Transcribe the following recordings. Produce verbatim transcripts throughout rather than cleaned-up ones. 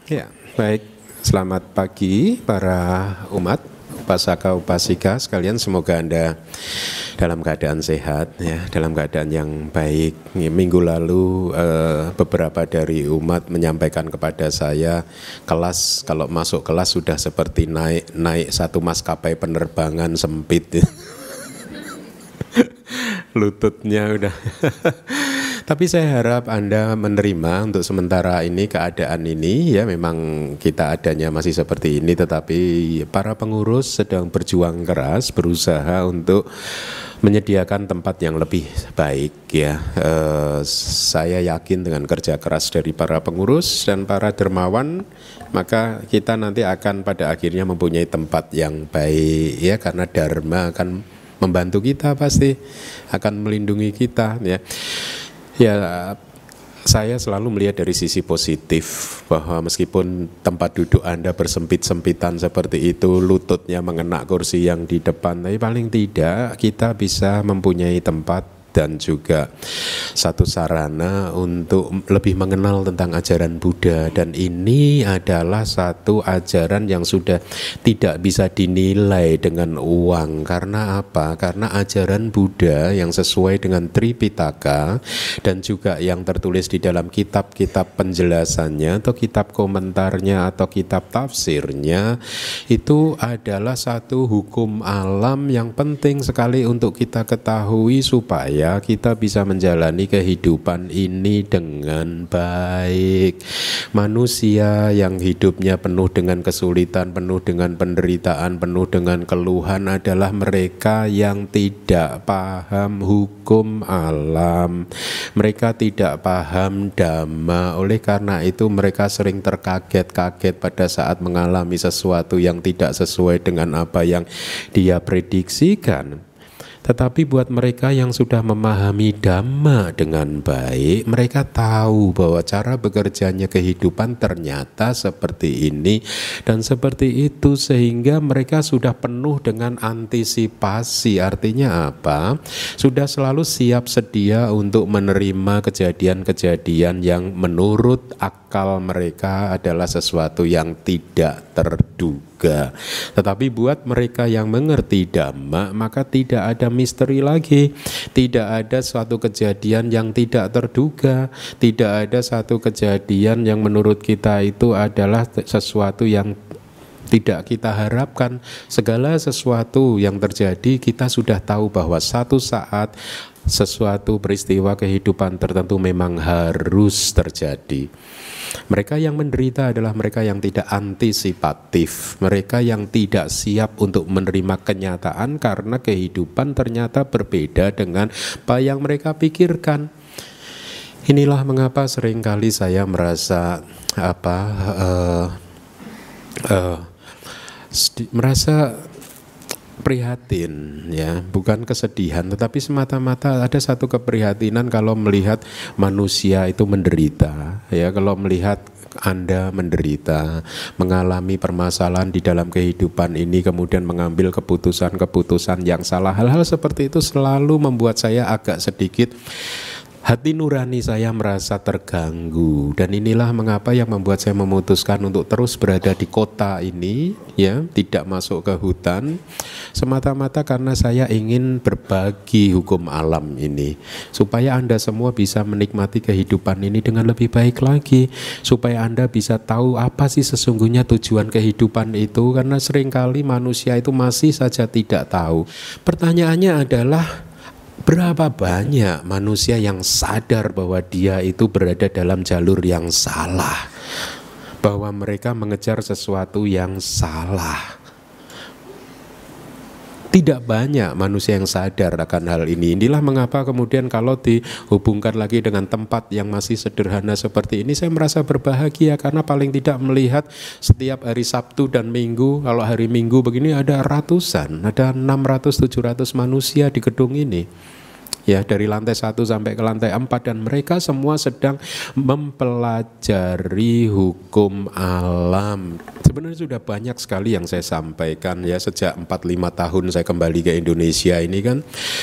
Ya, baik. Selamat pagi para umat, upasaka upasika sekalian. Semoga Anda dalam keadaan sehat, ya, dalam keadaan yang baik. Minggu lalu eh, beberapa dari umat menyampaikan kepada saya, kelas kalau masuk kelas sudah seperti naik naik satu maskapai penerbangan sempit. Lututnya udah. Tapi saya harap Anda menerima untuk sementara ini keadaan ini, ya memang kita adanya masih seperti ini, tetapi para pengurus sedang berjuang keras berusaha untuk menyediakan tempat yang lebih baik, ya. Eh, saya yakin dengan kerja keras dari para pengurus dan para dermawan, maka kita nanti akan pada akhirnya mempunyai tempat yang baik, ya, karena Dharma akan membantu kita, pasti akan melindungi kita, ya. Ya, saya selalu melihat dari sisi positif bahwa meskipun tempat duduk Anda bersempit-sempitan seperti itu, lututnya mengena kursi yang di depan, tapi paling tidak kita bisa mempunyai tempat dan juga satu sarana untuk lebih mengenal tentang ajaran Buddha. Dan ini adalah satu ajaran yang sudah tidak bisa dinilai dengan uang. Karena apa? Karena ajaran Buddha yang sesuai dengan Tripitaka dan juga yang tertulis di dalam kitab-kitab penjelasannya atau kitab komentarnya atau kitab tafsirnya, itu adalah satu hukum alam yang penting sekali untuk kita ketahui supaya kita bisa menjalani kehidupan ini dengan baik. Manusia yang hidupnya penuh dengan kesulitan, penuh dengan penderitaan, penuh dengan keluhan adalah mereka yang tidak paham hukum alam. Mereka tidak paham Dhamma. Oleh karena itu mereka sering terkaget-kaget pada saat mengalami sesuatu yang tidak sesuai dengan apa yang dia prediksikan. Tetapi buat mereka yang sudah memahami Dhamma dengan baik, mereka tahu bahwa cara bekerjanya kehidupan ternyata seperti ini dan seperti itu, sehingga mereka sudah penuh dengan antisipasi. Artinya apa? Sudah selalu siap sedia untuk menerima kejadian-kejadian yang menurut akal mereka adalah sesuatu yang tidak terduga. Tetapi buat mereka yang mengerti Dhamma, maka tidak ada misteri lagi, tidak ada suatu kejadian yang tidak terduga, tidak ada satu kejadian yang menurut kita itu adalah sesuatu yang tidak kita harapkan. Segala sesuatu yang terjadi kita sudah tahu bahwa satu saat sesuatu peristiwa kehidupan tertentu memang harus terjadi. Mereka yang menderita adalah mereka yang tidak antisipatif, mereka yang tidak siap untuk menerima kenyataan karena kehidupan ternyata berbeda dengan apa yang mereka pikirkan. Inilah mengapa seringkali saya merasa apa uh, uh, merasa prihatin, ya, bukan kesedihan, tetapi semata-mata ada satu keprihatinan kalau melihat manusia itu menderita, ya, kalau melihat Anda menderita, mengalami permasalahan di dalam kehidupan ini, kemudian mengambil keputusan-keputusan yang salah. Hal-hal seperti itu selalu membuat saya agak sedikit, hati nurani saya merasa terganggu. Dan inilah mengapa yang membuat saya memutuskan untuk terus berada di kota ini, ya, tidak masuk ke hutan, semata-mata karena saya ingin berbagi hukum alam ini, supaya Anda semua bisa menikmati kehidupan ini dengan lebih baik lagi, supaya Anda bisa tahu apa sih sesungguhnya tujuan kehidupan itu, karena seringkali manusia itu masih saja tidak tahu. Pertanyaannya adalah, berapa banyak manusia yang sadar bahwa dia itu berada dalam jalur yang salah, bahwa mereka mengejar sesuatu yang salah? Tidak banyak manusia yang sadar akan hal ini. Inilah mengapa kemudian kalau dihubungkan lagi dengan tempat yang masih sederhana seperti ini, saya merasa berbahagia karena paling tidak melihat setiap hari Sabtu dan Minggu, kalau hari Minggu begini ada ratusan, ada enam ratus tujuh ratus manusia di gedung ini. Ya, dari lantai satu sampai ke lantai empat, dan mereka semua sedang mempelajari hukum alam. Sebenarnya sudah banyak sekali yang saya sampaikan ya sejak empat lima tahun saya kembali ke Indonesia ini kan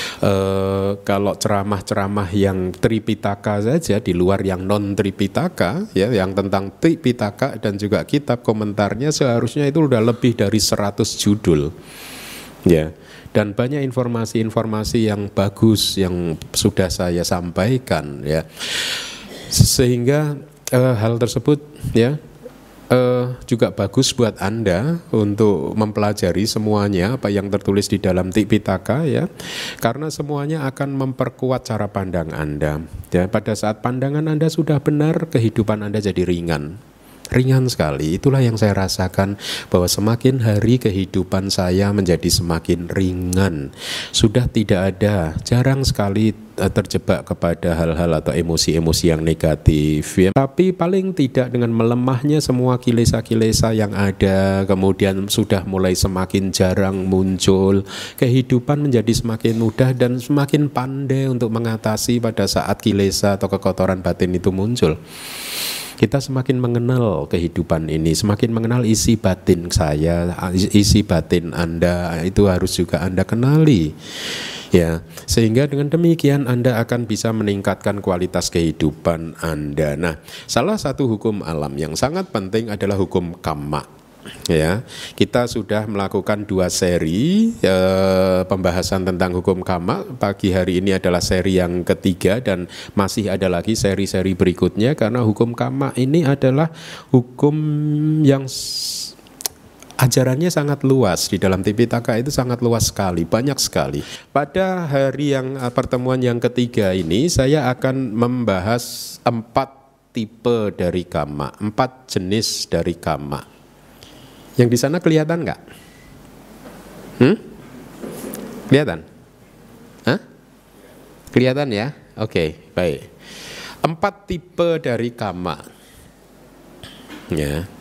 eh, kalau ceramah-ceramah yang Tripitaka saja di luar yang non Tripitaka ya yang tentang Tripitaka dan juga kitab komentarnya seharusnya itu udah lebih dari seratus judul ya. Dan banyak informasi-informasi yang bagus yang sudah saya sampaikan ya, sehingga eh, hal tersebut ya eh, juga bagus buat Anda untuk mempelajari semuanya apa yang tertulis di dalam Tripitaka ya, karena semuanya akan memperkuat cara pandang Anda ya. Pada saat pandangan Anda sudah benar, kehidupan Anda jadi ringan. Ringan sekali, itulah yang saya rasakan bahwa semakin hari kehidupan saya menjadi semakin ringan. Sudah tidak ada, jarang sekali terjebak kepada hal-hal atau emosi-emosi yang negatif ya. Tapi paling tidak dengan melemahnya semua kilesa-kilesa yang ada, kemudian sudah mulai semakin jarang muncul, kehidupan menjadi semakin mudah dan semakin pandai untuk mengatasi pada saat kilesa atau kekotoran batin itu muncul. Kita semakin mengenal kehidupan ini, semakin mengenal isi batin saya, isi batin Anda itu harus juga Anda kenali. Ya, sehingga dengan demikian Anda akan bisa meningkatkan kualitas kehidupan Anda. Nah, salah satu hukum alam yang sangat penting adalah hukum kamma. Ya, kita sudah melakukan dua seri eh, pembahasan tentang hukum kamma. Pagi hari ini adalah seri yang ketiga dan masih ada lagi seri-seri berikutnya karena hukum kamma ini adalah hukum yang ajarannya sangat luas. Di dalam Tripitaka itu sangat luas sekali, banyak sekali. Pada hari yang pertemuan yang ketiga ini saya akan membahas empat tipe dari kamma, empat jenis dari kamma. Yang di sana kelihatan nggak? Hmm? Kelihatan? Hah? Kelihatan ya? Oke, baik. Empat tipe dari kamma. Ya.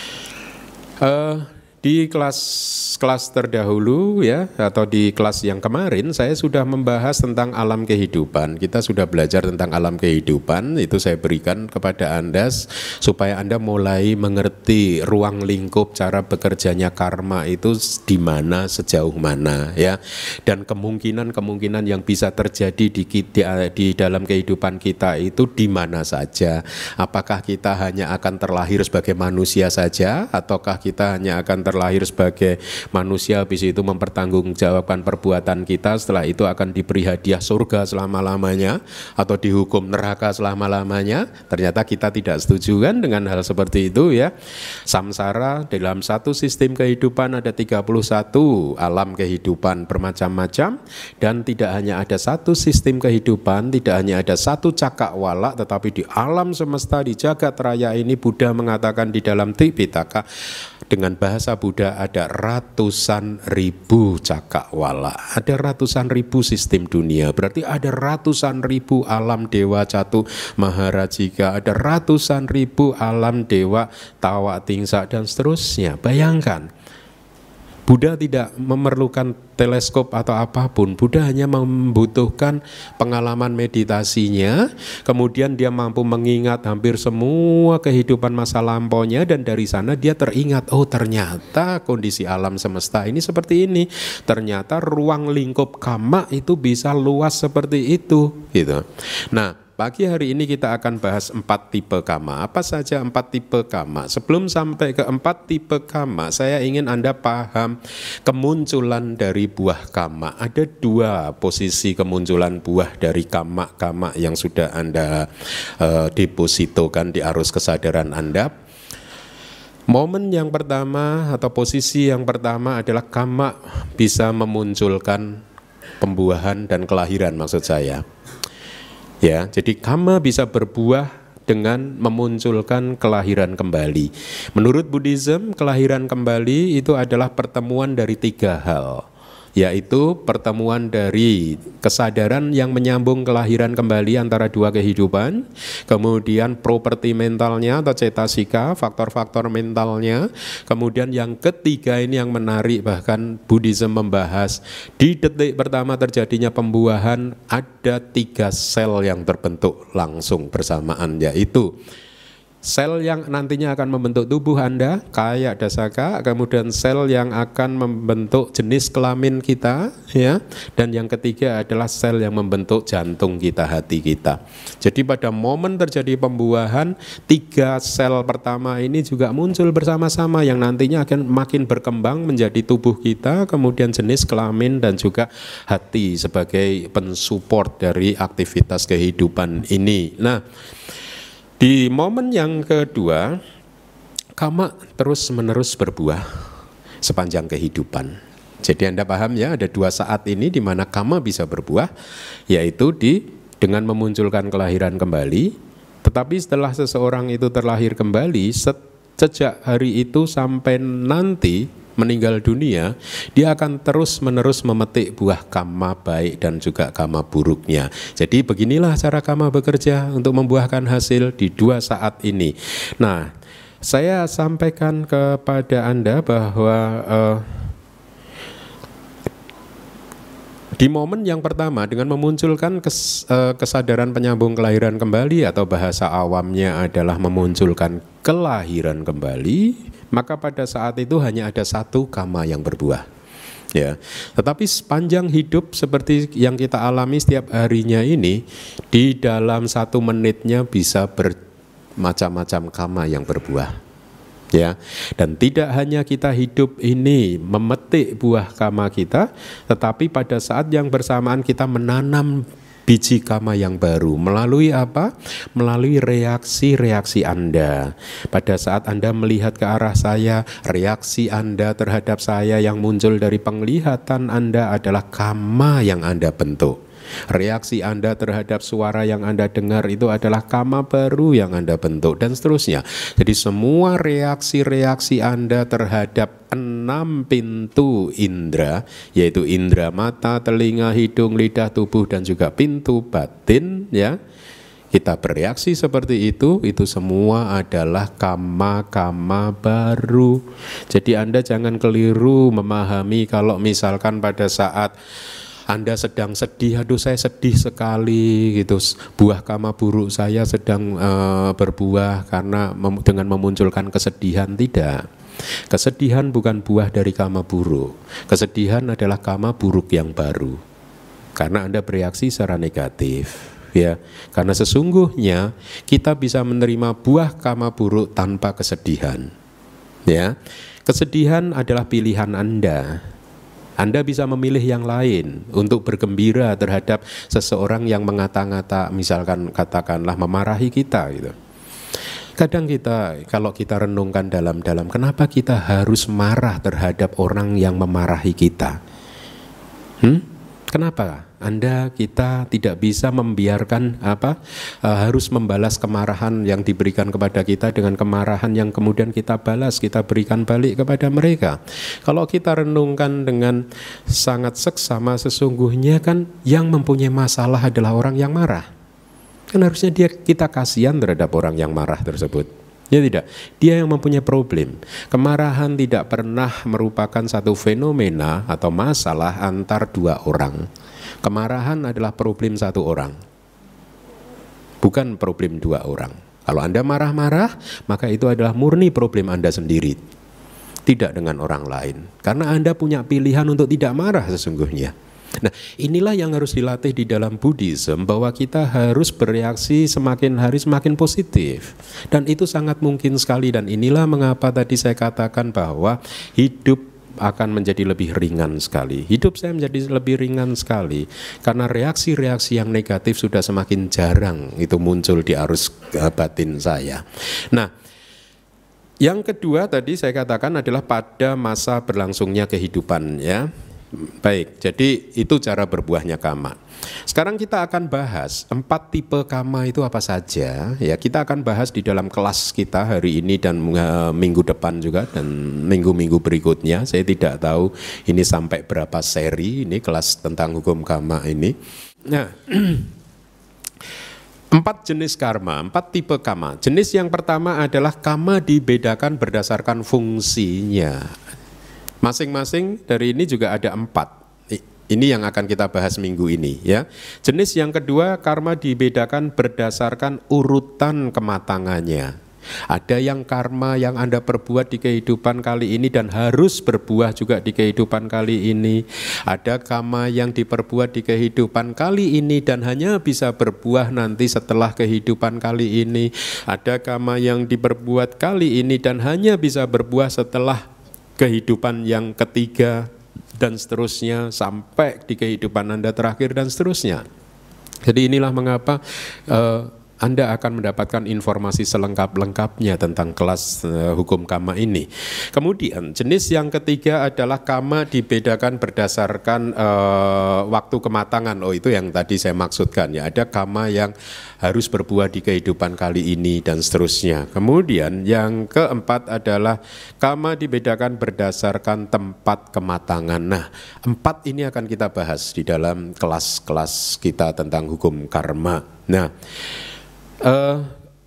Uh, di kelas kelas terdahulu ya atau di kelas yang kemarin saya sudah membahas tentang alam kehidupan. Kita sudah belajar tentang alam kehidupan, itu saya berikan kepada Anda supaya Anda mulai mengerti ruang lingkup cara bekerjanya karma itu di mana, sejauh mana ya. Dan kemungkinan-kemungkinan yang bisa terjadi di, di di dalam kehidupan kita itu di mana saja. Apakah kita hanya akan terlahir sebagai manusia saja ataukah kita hanya akan terlahir sebagai manusia habis itu mempertanggungjawabkan perbuatan kita, setelah itu akan diberi hadiah surga selama-lamanya atau dihukum neraka selama-lamanya. Ternyata kita tidak setuju kan dengan hal seperti itu ya. Samsara dalam satu sistem kehidupan ada tiga puluh satu alam kehidupan bermacam-macam, dan tidak hanya ada satu sistem kehidupan, tidak hanya ada satu cakrawala, tetapi di alam semesta, di jagat raya ini Buddha mengatakan di dalam Tripitaka dengan bahasa Buddha ada ratusan ribu cakrawala, ada ratusan ribu sistem dunia, berarti ada ratusan ribu alam dewa catu maharajika, ada ratusan ribu alam dewa tawa tingsa dan seterusnya. Bayangkan, Buddha tidak memerlukan teleskop atau apapun. Buddha hanya membutuhkan pengalaman meditasinya, kemudian dia mampu mengingat hampir semua kehidupan masa lampaunya, dan dari sana dia teringat, oh ternyata kondisi alam semesta ini seperti ini, ternyata ruang lingkup kamma itu bisa luas seperti itu gitu. Nah, pagi hari ini kita akan bahas empat tipe kamma. Apa saja empat tipe kamma? Sebelum sampai ke empat tipe kamma, saya ingin Anda paham kemunculan dari buah kamma. Ada dua posisi kemunculan buah dari kamma-kamma yang sudah Anda uh, depositokan di arus kesadaran Anda. Momen yang pertama atau posisi yang pertama adalah kamma bisa memunculkan pembuahan dan kelahiran, maksud saya. Ya, jadi kamma bisa berbuah dengan memunculkan kelahiran kembali. Menurut Buddhism, kelahiran kembali itu adalah pertemuan dari tiga hal, yaitu pertemuan dari kesadaran yang menyambung kelahiran kembali antara dua kehidupan, kemudian properti mentalnya atau cetasika, faktor-faktor mentalnya, kemudian yang ketiga ini yang menarik, bahkan Buddhism membahas di detik pertama terjadinya pembuahan ada tiga sel yang terbentuk langsung bersamaan, yaitu sel yang nantinya akan membentuk tubuh Anda kayak dasaka, kemudian sel yang akan membentuk jenis kelamin kita, ya, dan yang ketiga adalah sel yang membentuk jantung kita, hati kita. Jadi pada momen terjadi pembuahan, tiga sel pertama ini juga muncul bersama-sama yang nantinya akan makin berkembang menjadi tubuh kita, kemudian jenis kelamin dan juga hati sebagai pensupport dari aktivitas kehidupan ini. Nah, di momen yang kedua, kama terus-menerus berbuah sepanjang kehidupan. Jadi Anda paham ya, ada dua saat ini di mana kama bisa berbuah, yaitu di dengan memunculkan kelahiran kembali. Tetapi setelah seseorang itu terlahir kembali, sejak hari itu sampai nanti meninggal dunia, dia akan terus-menerus memetik buah kama baik dan juga kama buruknya. Jadi beginilah cara kama bekerja untuk membuahkan hasil di dua saat ini. Nah, saya sampaikan kepada Anda bahwa uh, di momen yang pertama dengan memunculkan kes, uh, kesadaran penyambung kelahiran kembali, atau bahasa awamnya adalah memunculkan kelahiran kembali, maka pada saat itu hanya ada satu kama yang berbuah, ya. Tetapi sepanjang hidup seperti yang kita alami setiap harinya ini, di dalam satu menitnya bisa bermacam-macam kama yang berbuah, ya. Dan tidak hanya kita hidup ini memetik buah kama kita, tetapi pada saat yang bersamaan kita menanam biji kama yang baru. Melalui apa? Melalui reaksi-reaksi Anda. Pada saat Anda melihat ke arah saya, reaksi Anda terhadap saya yang muncul dari penglihatan Anda adalah kama yang Anda bentuk. Reaksi Anda terhadap suara yang Anda dengar itu adalah kama baru yang Anda bentuk, dan seterusnya. Jadi semua reaksi-reaksi Anda terhadap enam pintu indera, yaitu indera mata, telinga, hidung, lidah, tubuh, dan juga pintu batin, ya. Kita bereaksi seperti itu, itu semua adalah kama-kama baru. Jadi Anda jangan keliru memahami kalau misalkan pada saat Anda sedang sedih, aduh saya sedih sekali gitu, buah kama buruk saya sedang uh, berbuah karena mem dengan memunculkan kesedihan. Tidak, kesedihan bukan buah dari kama buruk. Kesedihan adalah kama buruk yang baru karena Anda bereaksi secara negatif, ya. Karena sesungguhnya kita bisa menerima buah kama buruk tanpa kesedihan, ya. Kesedihan adalah pilihan Anda. Anda bisa memilih yang lain untuk bergembira terhadap seseorang yang mengata-ngata, misalkan katakanlah memarahi kita gitu. Kadang kita, kalau kita renungkan dalam-dalam, kenapa kita harus marah terhadap orang yang memarahi kita? Hmm? Kenapa Anda, kita tidak bisa membiarkan apa uh, harus membalas kemarahan yang diberikan kepada kita dengan kemarahan yang kemudian kita balas, kita berikan balik kepada mereka? Kalau kita renungkan dengan sangat seksama, sesungguhnya kan yang mempunyai masalah adalah orang yang marah. Kan harusnya dia, kita kasihan terhadap orang yang marah tersebut. Ya tidak, dia yang mempunyai problem. Kemarahan tidak pernah merupakan satu fenomena atau masalah antar dua orang. Kemarahan adalah problem satu orang, bukan problem dua orang. Kalau Anda marah-marah, maka itu adalah murni problem Anda sendiri, tidak dengan orang lain. Karena Anda punya pilihan untuk tidak marah sesungguhnya. Nah, inilah yang harus dilatih di dalam Buddhism, bahwa kita harus bereaksi semakin hari semakin positif. Dan itu sangat mungkin sekali, dan inilah mengapa tadi saya katakan bahwa hidup akan menjadi lebih ringan sekali. Hidup saya menjadi lebih ringan sekali karena reaksi-reaksi yang negatif sudah semakin jarang itu muncul di arus batin saya. Nah, yang kedua tadi saya katakan adalah pada masa berlangsungnya kehidupan, ya. Baik, jadi itu cara berbuahnya kama. Sekarang kita akan bahas empat tipe kama itu apa saja. Ya, kita akan bahas di dalam kelas kita hari ini dan uh, minggu depan juga dan minggu-minggu berikutnya. Saya tidak tahu ini sampai berapa seri ini kelas tentang hukum kama ini. Nah, empat jenis karma, empat tipe kama. Jenis yang pertama adalah kama dibedakan berdasarkan fungsinya. Masing-masing dari ini juga ada empat. Ini yang akan kita bahas minggu ini, ya. Jenis yang kedua, karma dibedakan berdasarkan urutan kematangannya. Ada yang karma yang Anda perbuat di kehidupan kali ini dan harus berbuah juga di kehidupan kali ini. Ada karma yang diperbuat di kehidupan kali ini dan hanya bisa berbuah nanti setelah kehidupan kali ini. Ada karma yang diperbuat kali ini dan hanya bisa berbuah setelah kehidupan yang ketiga dan seterusnya sampai di kehidupan Anda terakhir dan seterusnya. Jadi inilah mengapa uh, Anda akan mendapatkan informasi selengkap-lengkapnya tentang kelas uh, hukum karma ini. Kemudian jenis yang ketiga adalah karma dibedakan berdasarkan uh, waktu kematangan. Oh, itu yang tadi saya maksudkan ya. Ada karma yang harus berbuah di kehidupan kali ini dan seterusnya. Kemudian yang keempat adalah karma dibedakan berdasarkan tempat kematangan. Nah, empat ini akan kita bahas di dalam kelas-kelas kita tentang hukum karma. Nah, Uh,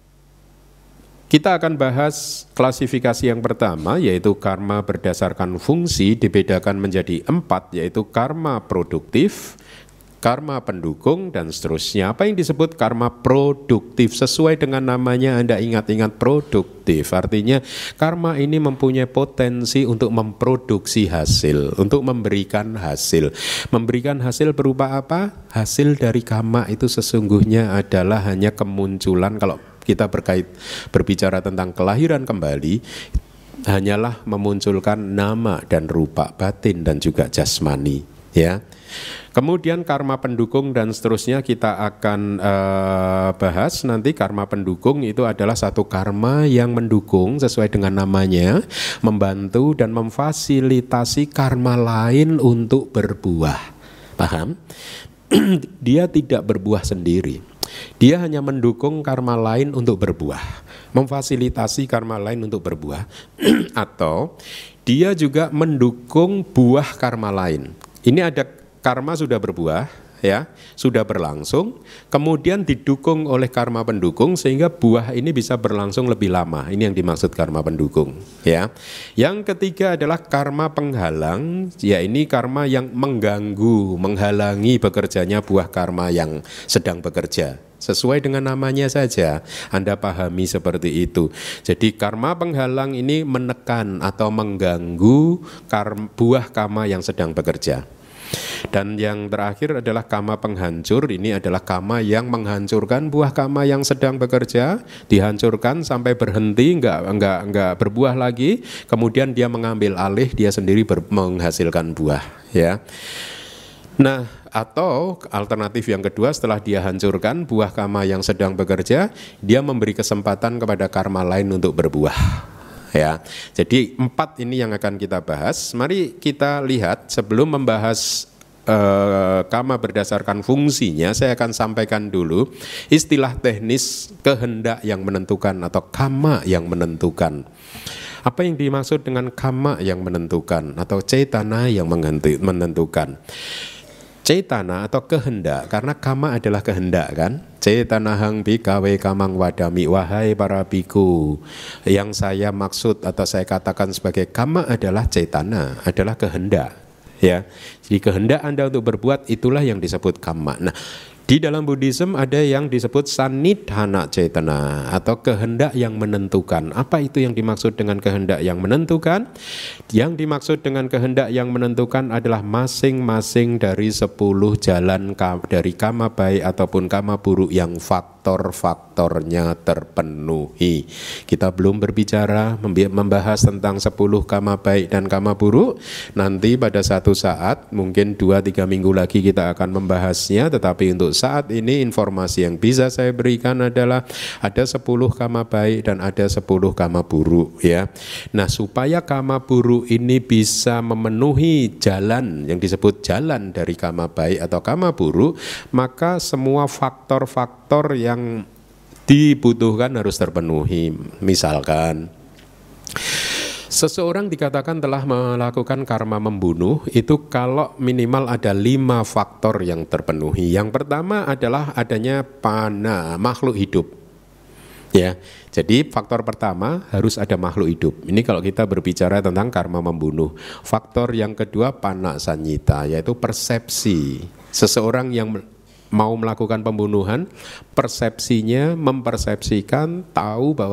kita akan bahas klasifikasi yang pertama, yaitu karma berdasarkan fungsi dibedakan menjadi empat, yaitu karma produktif, karma pendukung, dan seterusnya. Apa yang disebut karma produktif? Sesuai dengan namanya, Anda ingat-ingat produktif. Artinya karma ini mempunyai potensi untuk memproduksi hasil, untuk memberikan hasil. Memberikan hasil berupa apa? Hasil dari karma itu sesungguhnya adalah hanya kemunculan, kalau kita berkait berbicara tentang kelahiran kembali, hanyalah memunculkan nama dan rupa batin dan juga jasmani, ya. Kemudian karma pendukung dan seterusnya kita akan uh, bahas nanti. Karma pendukung itu adalah satu karma yang mendukung sesuai dengan namanya, membantu dan memfasilitasi karma lain untuk berbuah. Paham? Dia tidak berbuah sendiri. Dia hanya mendukung karma lain untuk berbuah, memfasilitasi karma lain untuk berbuah. Atau dia juga mendukung buah karma lain. Ini ada karma sudah berbuah, ya, sudah berlangsung, kemudian didukung oleh karma pendukung sehingga buah ini bisa berlangsung lebih lama. Ini yang dimaksud karma pendukung, ya. Yang ketiga adalah karma penghalang, ya, ini karma yang mengganggu, menghalangi bekerjanya buah karma yang sedang bekerja. Sesuai dengan namanya saja, Anda pahami seperti itu. Jadi karma penghalang ini menekan atau mengganggu karma, buah karma yang sedang bekerja. Dan yang terakhir adalah karma penghancur. Ini adalah karma yang menghancurkan buah karma yang sedang bekerja, dihancurkan sampai berhenti, enggak enggak enggak berbuah lagi. Kemudian dia mengambil alih, dia sendiri ber, menghasilkan buah, ya. Nah, atau alternatif yang kedua, setelah dia hancurkan buah karma yang sedang bekerja, dia memberi kesempatan kepada karma lain untuk berbuah. Ya, jadi empat ini yang akan kita bahas. Mari kita lihat sebelum membahas uh, karma berdasarkan fungsinya, saya akan sampaikan dulu istilah teknis kehendak yang menentukan atau karma yang menentukan. Apa yang dimaksud dengan karma yang menentukan atau cetana yang menentukan? Cetana atau kehendak, karena karma adalah kehendak, kan? Cetanahang bikawe kamang wadami, wahai para biku. Yang saya maksud atau saya katakan sebagai karma adalah cetana, adalah kehendak, ya. Jadi kehendak Anda untuk berbuat itulah yang disebut karma. Nah, di dalam Buddhism ada yang disebut sanidhana cetana atau kehendak yang menentukan. Apa itu yang dimaksud dengan kehendak yang menentukan? Yang dimaksud dengan kehendak yang menentukan adalah masing-masing dari sepuluh jalan dari karma baik ataupun karma buruk yang faktor-faktornya terpenuhi. Kita belum berbicara membahas tentang sepuluh karma baik dan karma buruk. Nanti pada satu saat, mungkin dua tiga minggu lagi kita akan membahasnya. Tetapi untuk saat ini informasi yang bisa saya berikan adalah ada sepuluh karma baik dan ada sepuluh karma buruk, ya. Nah, supaya karma buruk ini bisa memenuhi jalan yang disebut jalan dari karma baik atau karma buruk, maka semua faktor-faktor yang dibutuhkan harus terpenuhi. Misalkan seseorang dikatakan telah melakukan karma membunuh itu kalau minimal ada lima faktor yang terpenuhi. Yang pertama adalah adanya pana, makhluk hidup. Ya, jadi faktor pertama harus ada makhluk hidup. Ini kalau kita berbicara tentang karma membunuh. Faktor yang kedua pana sanyita, yaitu persepsi. Seseorang yang mau melakukan pembunuhan, persepsinya mempersepsikan tahu bahwa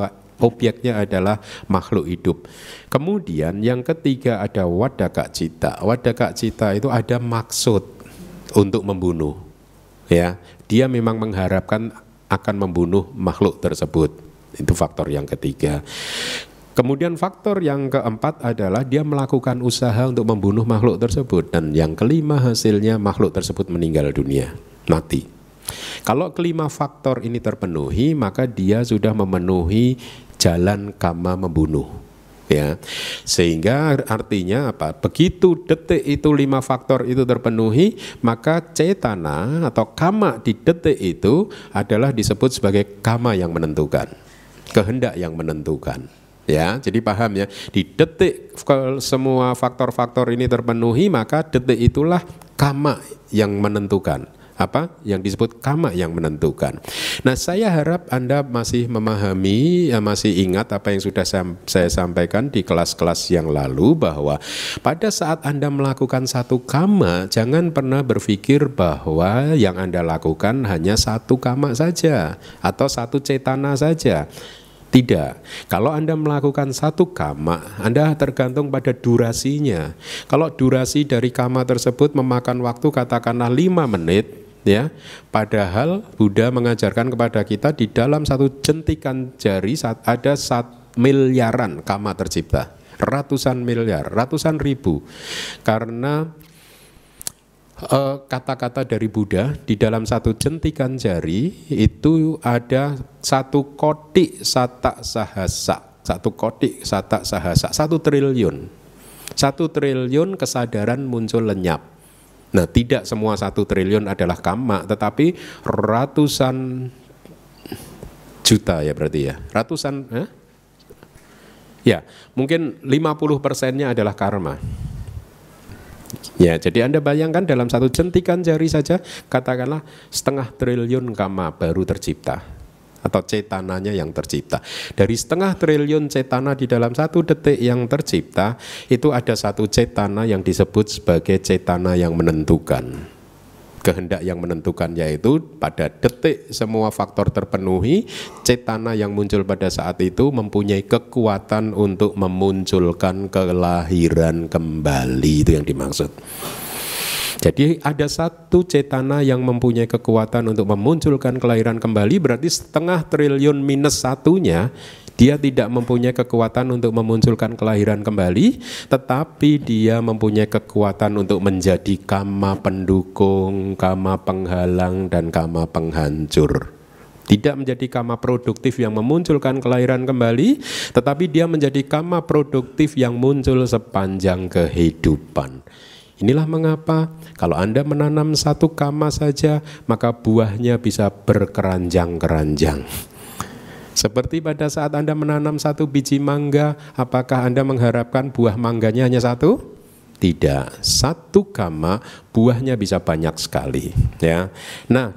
Objeknya adalah makhluk hidup. Kemudian yang ketiga ada wadaka cita. Wadaka cita itu ada maksud untuk membunuh. Ya, dia memang mengharapkan akan membunuh makhluk tersebut. Itu faktor yang ketiga. Kemudian faktor yang keempat adalah dia melakukan usaha untuk membunuh makhluk tersebut. Dan yang kelima hasilnya makhluk tersebut meninggal dunia, mati. Kalau kelima faktor ini terpenuhi, maka dia sudah memenuhi jalan kama membunuh. Ya, sehingga artinya apa? Begitu detik itu lima faktor itu terpenuhi, maka cetana atau kama di detik itu adalah disebut sebagai kama yang menentukan, kehendak yang menentukan. Ya, jadi paham ya, di detik semua faktor-faktor ini terpenuhi, maka detik itulah kama yang menentukan. Apa yang disebut kama yang menentukan. Nah, saya harap Anda masih memahami, ya, masih ingat apa yang sudah saya, saya sampaikan di kelas-kelas yang lalu, bahwa pada saat Anda melakukan satu kama, jangan pernah berpikir bahwa yang Anda lakukan hanya satu kama saja atau satu cetana saja. Tidak. Kalau Anda melakukan satu kama, Anda tergantung pada durasinya. Kalau durasi dari kama tersebut memakan waktu katakanlah lima menit, ya, padahal Buddha mengajarkan kepada kita di dalam satu jentikan jari ada satu miliaran kama tercipta, ratusan miliar, ratusan ribu. Karena Uh, kata-kata dari Buddha di dalam satu jentikan jari itu ada satu kotik sata sahasa, satu kotik sata sahasa, satu triliun, satu triliun kesadaran muncul lenyap. Nah, tidak semua satu triliun adalah kama, tetapi ratusan juta ya berarti ya, ratusan, eh? ya mungkin lima puluh persennya adalah karma. Ya, jadi Anda bayangkan dalam satu jentikan jari saja katakanlah setengah triliun kama baru tercipta atau cetananya yang tercipta. Dari setengah triliun cetana di dalam satu detik yang tercipta, itu ada satu cetana yang disebut sebagai cetana yang menentukan. Kehendak yang menentukan, yaitu pada detik semua faktor terpenuhi, cetana yang muncul pada saat itu mempunyai kekuatan untuk memunculkan kelahiran kembali. Itu yang dimaksud. Jadi ada satu cetana yang mempunyai kekuatan untuk memunculkan kelahiran kembali, berarti setengah triliun minus satunya dia tidak mempunyai kekuatan untuk memunculkan kelahiran kembali, tetapi dia mempunyai kekuatan untuk menjadi kama pendukung, kama penghalang, dan kama penghancur. Tidak menjadi kama produktif yang memunculkan kelahiran kembali, tetapi dia menjadi kama produktif yang muncul sepanjang kehidupan. Inilah mengapa kalau Anda menanam satu kama saja, maka buahnya bisa berkeranjang-keranjang. Seperti pada saat Anda menanam satu biji mangga, apakah Anda mengharapkan buah mangganya hanya satu? Tidak. Satu kama buahnya bisa banyak sekali. Ya. Nah,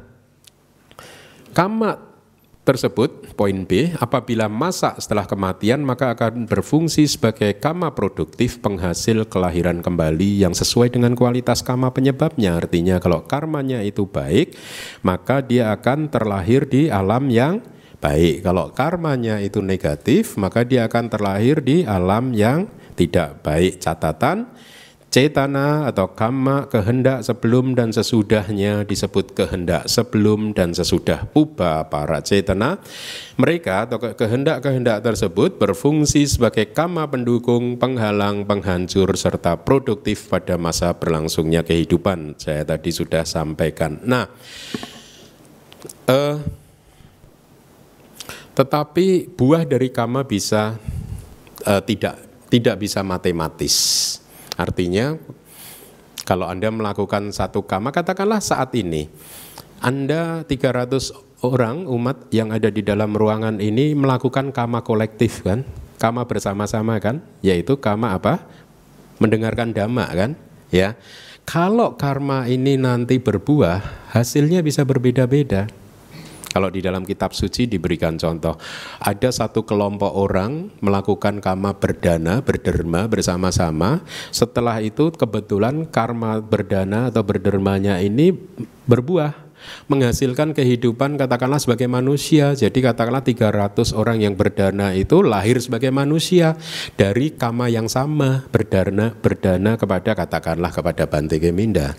kama tersebut, poin B, apabila masa setelah kematian maka akan berfungsi sebagai kama produktif penghasil kelahiran kembali yang sesuai dengan kualitas kama penyebabnya. Artinya kalau karmanya itu baik, maka dia akan terlahir di alam yang baik. Kalau karmanya itu negatif, maka dia akan terlahir di alam yang tidak baik. Catatan, cetana atau kama, kehendak sebelum dan sesudahnya disebut kehendak sebelum dan sesudah puba para cetana. Mereka atau kehendak-kehendak tersebut berfungsi sebagai kama pendukung, penghalang, penghancur, serta produktif pada masa berlangsungnya kehidupan. Saya tadi sudah sampaikan. Nah, eh, tetapi buah dari kama bisa uh, tidak tidak bisa matematis. Artinya kalau Anda melakukan satu kama, katakanlah saat ini Anda tiga ratus orang umat yang ada di dalam ruangan ini melakukan kama kolektif kan? Kama bersama-sama kan? Yaitu kama apa? Mendengarkan dhamma kan? Ya. Kalau karma ini nanti berbuah, hasilnya bisa berbeda-beda. Kalau di dalam kitab suci diberikan contoh, ada satu kelompok orang melakukan kama berdana, berderma bersama-sama. Setelah itu kebetulan karma berdana atau berdermanya ini berbuah. menghasilkan kehidupan katakanlah sebagai manusia. Jadi katakanlah tiga ratus orang yang berdana itu lahir sebagai manusia dari kama yang sama, berdana berdana kepada katakanlah kepada Bante Keminda.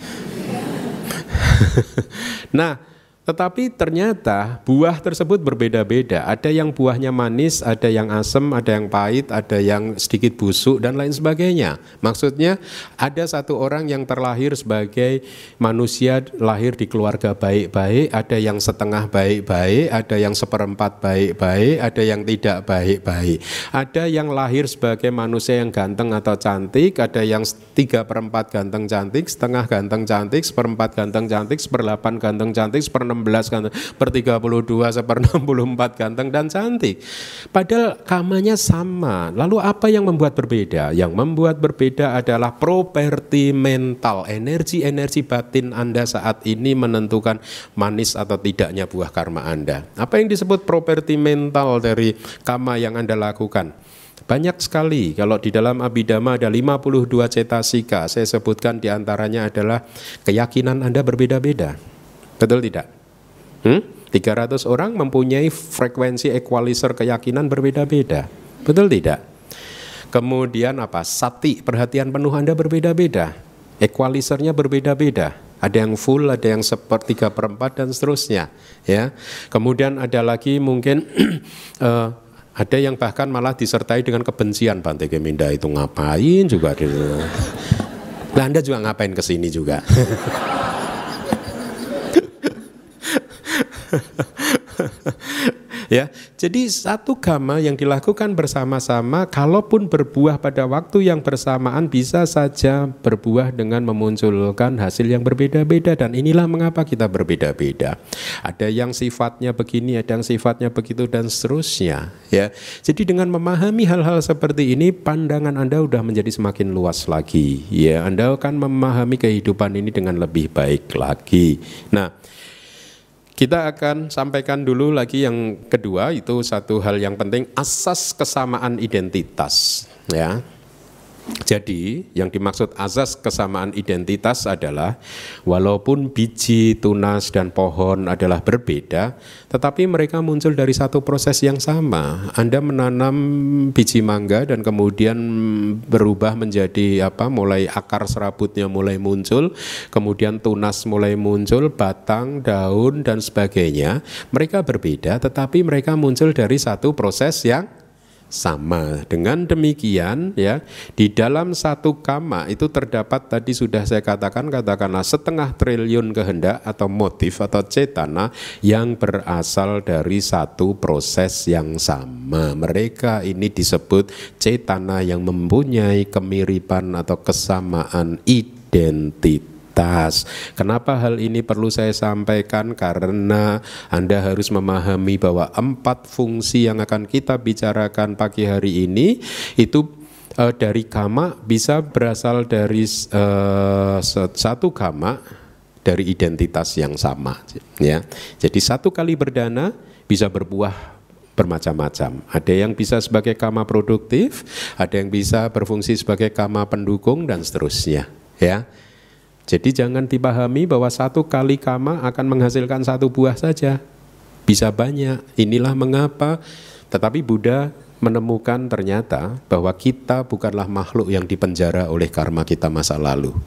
Nah, tetapi ternyata buah tersebut berbeda-beda. Ada yang buahnya manis, ada yang asam, ada yang pahit, ada yang sedikit busuk dan lain sebagainya. Maksudnya ada satu orang yang terlahir sebagai manusia, lahir di keluarga baik-baik, ada yang setengah baik-baik, ada yang seperempat baik-baik, ada yang tidak baik-baik. Ada yang lahir sebagai manusia yang ganteng atau cantik, ada yang tiga perempat ganteng cantik, setengah ganteng cantik, seperempat ganteng cantik, seperdelapan ganteng cantik, seperenam enam belas ganteng, per tiga puluh dua, seper enam puluh empat ganteng dan cantik. Padahal kamanya sama. Lalu apa yang membuat berbeda? Yang membuat berbeda adalah properti mental, energi-energi batin Anda saat ini menentukan manis atau tidaknya buah karma Anda. Apa yang disebut properti mental dari kama yang Anda lakukan? Banyak sekali. Kalau di dalam Abhidhamma ada lima puluh dua cetasika. Saya sebutkan diantaranya adalah keyakinan Anda berbeda-beda. Betul tidak? Hmm? tiga ratus orang mempunyai frekuensi equalizer keyakinan berbeda-beda. Betul tidak? Kemudian apa? Sati, perhatian penuh Anda berbeda-beda. Equalizernya berbeda-beda. Ada yang full, ada yang sepertiga perempat dan seterusnya. Ya. Kemudian ada lagi mungkin uh, ada yang bahkan malah disertai dengan kebencian. Bante Keminda itu ngapain juga? Nah, Anda juga ngapain ke sini juga? Ya, jadi satu kama yang dilakukan bersama-sama, kalaupun berbuah pada waktu yang bersamaan, bisa saja berbuah dengan memunculkan hasil yang berbeda-beda. Dan inilah mengapa kita berbeda-beda. Ada yang sifatnya begini, ada yang sifatnya begitu dan seterusnya. Ya, jadi dengan memahami hal-hal seperti ini, pandangan Anda sudah menjadi semakin luas lagi. Ya, Anda akan memahami kehidupan ini dengan lebih baik lagi. Nah, kita akan sampaikan dulu lagi yang kedua, itu satu hal yang penting, asas kesamaan identitas, ya. Jadi yang dimaksud asas kesamaan identitas adalah walaupun biji, tunas dan pohon adalah berbeda, tetapi mereka muncul dari satu proses yang sama. Anda menanam biji mangga dan kemudian berubah menjadi apa? Mulai akar serabutnya mulai muncul, kemudian tunas mulai muncul, batang, daun dan sebagainya. Mereka berbeda, tetapi mereka muncul dari satu proses yang sama. Dengan demikian, ya, di dalam satu kama itu terdapat, tadi sudah saya katakan, katakanlah setengah triliun kehendak atau motif atau cetana yang berasal dari satu proses yang sama. Mereka ini disebut cetana yang mempunyai kemiripan atau kesamaan identitas. Kenapa hal ini perlu saya sampaikan? Karena Anda harus memahami bahwa empat fungsi yang akan kita bicarakan pagi hari ini itu uh, dari kama bisa berasal dari uh, satu kama dari identitas yang sama. Ya, jadi satu kali berdana bisa berbuah bermacam-macam. Ada yang bisa sebagai kama produktif, ada yang bisa berfungsi sebagai kama pendukung dan seterusnya. Ya. Jadi jangan dipahami bahwa satu kali kama akan menghasilkan satu buah saja. Bisa banyak. Inilah mengapa. Tetapi Buddha menemukan ternyata bahwa kita bukanlah makhluk yang dipenjara oleh karma kita masa lalu.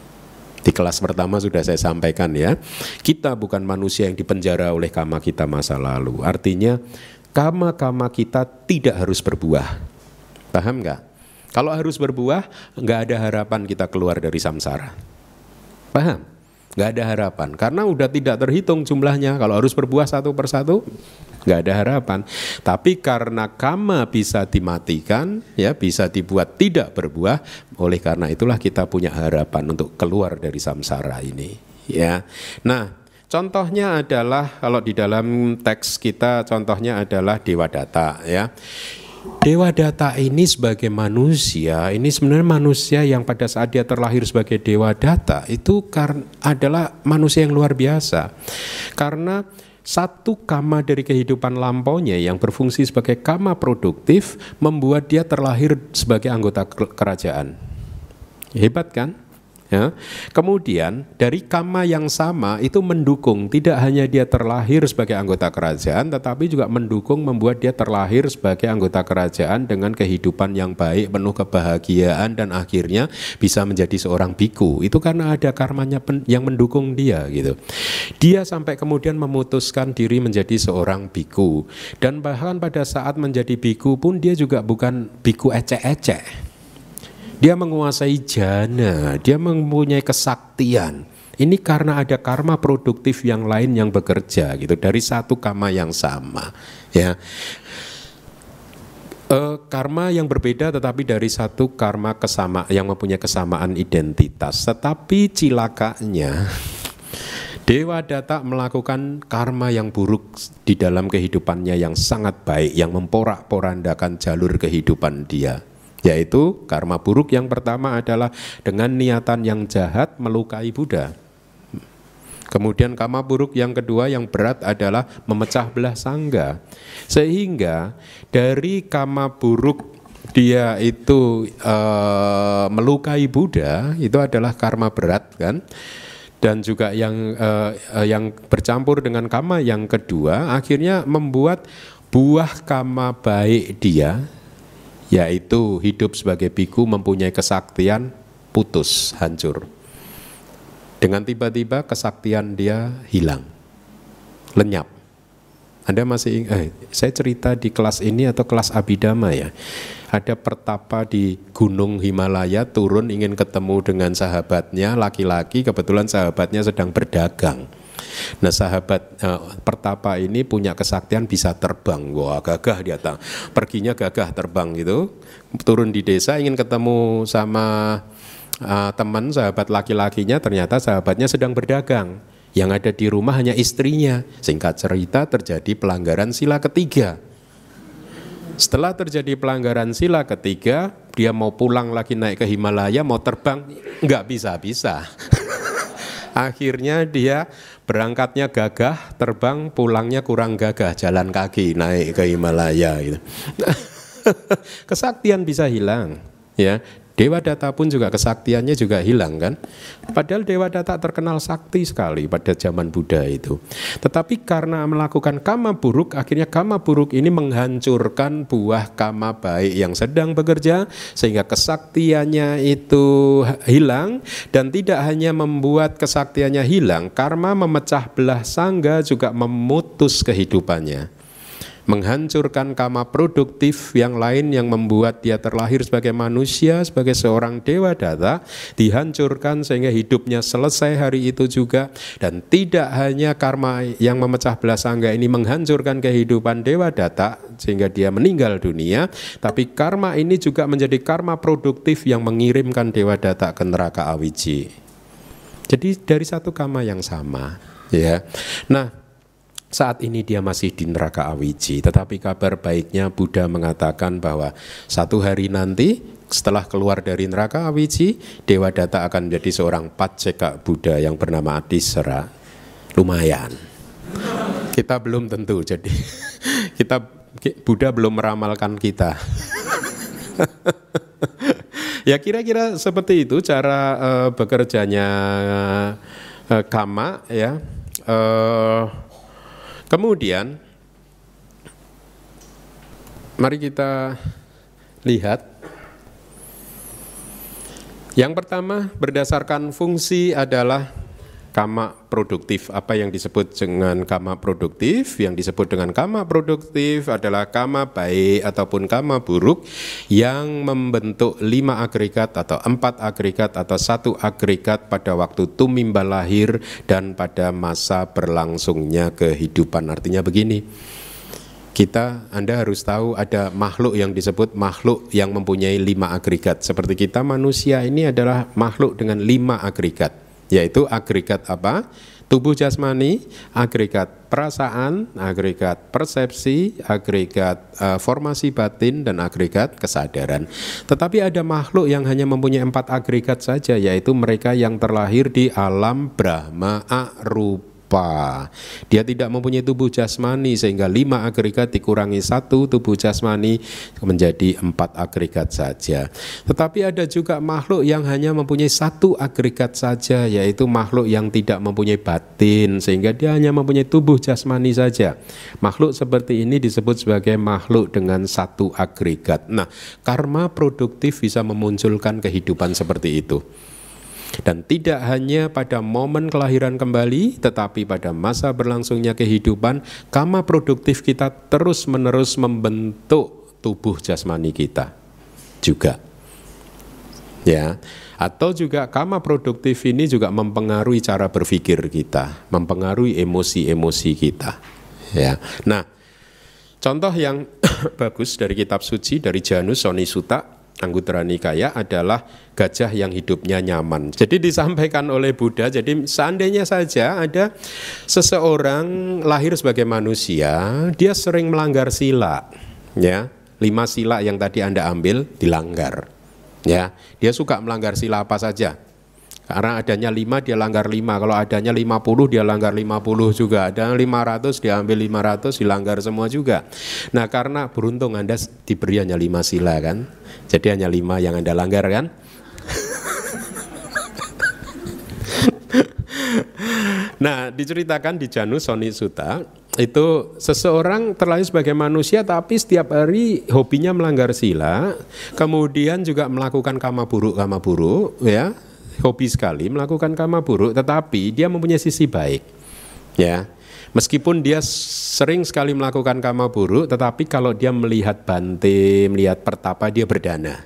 Di kelas pertama sudah saya sampaikan, ya. Kita bukan manusia yang dipenjara oleh karma kita masa lalu. Artinya karma-karma kita tidak harus berbuah. Paham nggak? Kalau harus berbuah, nggak ada harapan kita keluar dari samsara. Paham? Gak ada harapan, karena udah tidak terhitung jumlahnya. Kalau harus berbuah satu persatu, gak ada harapan. Tapi karena kama bisa dimatikan, ya, bisa dibuat tidak berbuah, oleh karena itulah kita punya harapan untuk keluar dari samsara ini, ya. Nah, contohnya adalah kalau di dalam teks kita, contohnya adalah Devadatta, ya. Devadatta ini sebagai manusia, ini sebenarnya manusia yang pada saat dia terlahir sebagai Devadatta itu karena adalah manusia yang luar biasa. Karena satu kama dari kehidupan lampaunya yang berfungsi sebagai kama produktif membuat dia terlahir sebagai anggota kerajaan. Hebat kan? Ya. Kemudian dari kama yang sama itu mendukung tidak hanya dia terlahir sebagai anggota kerajaan, tetapi juga mendukung membuat dia terlahir sebagai anggota kerajaan dengan kehidupan yang baik, penuh kebahagiaan, dan akhirnya bisa menjadi seorang biku. Itu karena ada karmanya yang mendukung dia gitu. Dia sampai kemudian memutuskan diri menjadi seorang biku, dan bahkan pada saat menjadi biku pun dia juga bukan biku ecek-ecek. Dia menguasai jana, dia mempunyai kesaktian. Ini karena ada karma produktif yang lain yang bekerja gitu dari satu karma yang sama, ya. E, karma yang berbeda tetapi dari satu karma kesama yang mempunyai kesamaan identitas. Tetapi cilakanya Dewa Datta melakukan karma yang buruk di dalam kehidupannya yang sangat baik, yang memporak-porandakan jalur kehidupan dia. Yaitu karma buruk yang pertama adalah dengan niatan yang jahat melukai Buddha. Kemudian karma buruk yang kedua yang berat adalah memecah belah sangga. Sehingga dari karma buruk dia itu e, melukai Buddha, itu adalah karma berat kan. Dan juga yang e, yang bercampur dengan karma yang kedua akhirnya membuat buah karma baik dia, yaitu hidup sebagai biku mempunyai kesaktian, putus, hancur. Dengan tiba-tiba kesaktian dia hilang, lenyap. Anda masih eh, saya cerita di kelas ini atau kelas Abhidhamma ya. Ada pertapa di Gunung Himalaya, turun ingin ketemu dengan sahabatnya laki-laki, kebetulan sahabatnya sedang berdagang. Nah sahabat eh, pertapa ini punya kesaktian bisa terbang. Wah gagah dia, perginya gagah terbang gitu. Turun di desa ingin ketemu sama eh, teman sahabat laki-lakinya, ternyata sahabatnya sedang berdagang. Yang ada di rumah hanya istrinya. Singkat cerita terjadi pelanggaran sila ketiga. Setelah terjadi pelanggaran sila ketiga, dia mau pulang lagi naik ke Himalaya, mau terbang, nggak bisa-bisa. Akhirnya dia berangkatnya gagah, terbang, pulangnya kurang gagah, jalan kaki naik ke Himalaya gitu. Kesaktian bisa hilang, ya. Dewa Datta pun juga kesaktiannya juga hilang kan. Padahal Dewa Datta terkenal sakti sekali pada zaman Buddha itu. Tetapi karena melakukan karma buruk, akhirnya karma buruk ini menghancurkan buah karma baik yang sedang bekerja, sehingga kesaktiannya itu hilang. Dan tidak hanya membuat kesaktiannya hilang, karma memecah belah sangga juga memutus kehidupannya, menghancurkan karma produktif yang lain yang membuat dia terlahir sebagai manusia, sebagai seorang Dewa Datta, dihancurkan sehingga hidupnya selesai hari itu juga. Dan tidak hanya karma yang memecah belah sangga ini menghancurkan kehidupan Dewa Datta sehingga dia meninggal dunia, tapi karma ini juga menjadi karma produktif yang mengirimkan Dewa Datta ke neraka Awiji. Jadi dari satu karma yang sama, ya. Nah, saat ini dia masih di neraka Awiji, tetapi kabar baiknya Buddha mengatakan bahwa satu hari nanti setelah keluar dari neraka Awiji, Dewa Datta akan menjadi seorang Pacceka Buddha yang bernama Adisara. Lumayan. Kita belum tentu, jadi kita Buddha belum meramalkan kita. Ya kira-kira seperti itu cara uh, bekerjanya uh, karma ya. Uh, Kemudian, mari kita lihat. Yang pertama, berdasarkan fungsi adalah karma produktif. Apa yang disebut dengan karma produktif? Yang disebut dengan karma produktif adalah karma baik ataupun karma buruk yang membentuk lima agregat atau empat agregat atau satu agregat pada waktu tumimba lahir dan pada masa berlangsungnya kehidupan. Artinya begini, kita, Anda harus tahu ada makhluk yang disebut makhluk yang mempunyai lima agregat. Seperti kita manusia ini adalah makhluk dengan lima agregat. Yaitu agregat apa? Tubuh jasmani, agregat perasaan, agregat persepsi, agregat uh, formasi batin, dan agregat kesadaran. Tetapi ada makhluk yang hanya mempunyai empat agregat saja, yaitu mereka yang terlahir di alam Brahma Arupa. lupa. Dia tidak mempunyai tubuh jasmani sehingga lima agregat dikurangi satu tubuh jasmani menjadi empat agregat saja. Tetapi ada juga makhluk yang hanya mempunyai satu agregat saja, yaitu makhluk yang tidak mempunyai batin sehingga dia hanya mempunyai tubuh jasmani saja. Makhluk seperti ini disebut sebagai makhluk dengan satu agregat. Nah, karma produktif bisa memunculkan kehidupan seperti itu. Dan tidak hanya pada momen kelahiran kembali, tetapi pada masa berlangsungnya kehidupan, karma produktif kita terus-menerus membentuk tubuh jasmani kita juga. Ya, atau juga karma produktif ini juga mempengaruhi cara berpikir kita, mempengaruhi emosi-emosi kita. Ya. Nah, contoh yang bagus dari kitab suci dari Janus Soni Sutta Anguttara Nikaya adalah gajah yang hidupnya nyaman. Jadi disampaikan oleh Buddha, jadi seandainya saja ada seseorang lahir sebagai manusia, dia sering melanggar sila, ya, lima sila yang tadi Anda ambil dilanggar, ya, dia suka melanggar sila apa saja. Karena adanya lima dia langgar lima, kalau adanya lima puluh dia langgar lima puluh juga, ada lima ratus dia ambil lima ratus dilanggar semua juga. Nah, karena beruntung Anda diberi hanya lima sila kan, jadi hanya lima yang Anda langgar kan. Nah, diceritakan di Janus Soni Sutta itu seseorang terlahir sebagai manusia tapi setiap hari hobinya melanggar sila, kemudian juga melakukan kama buruk kama buruk, ya. Hobi sekali melakukan karma buruk, tetapi dia mempunyai sisi baik, ya. Meskipun dia sering sekali melakukan karma buruk, tetapi kalau dia melihat bante, melihat pertapa, dia berdana.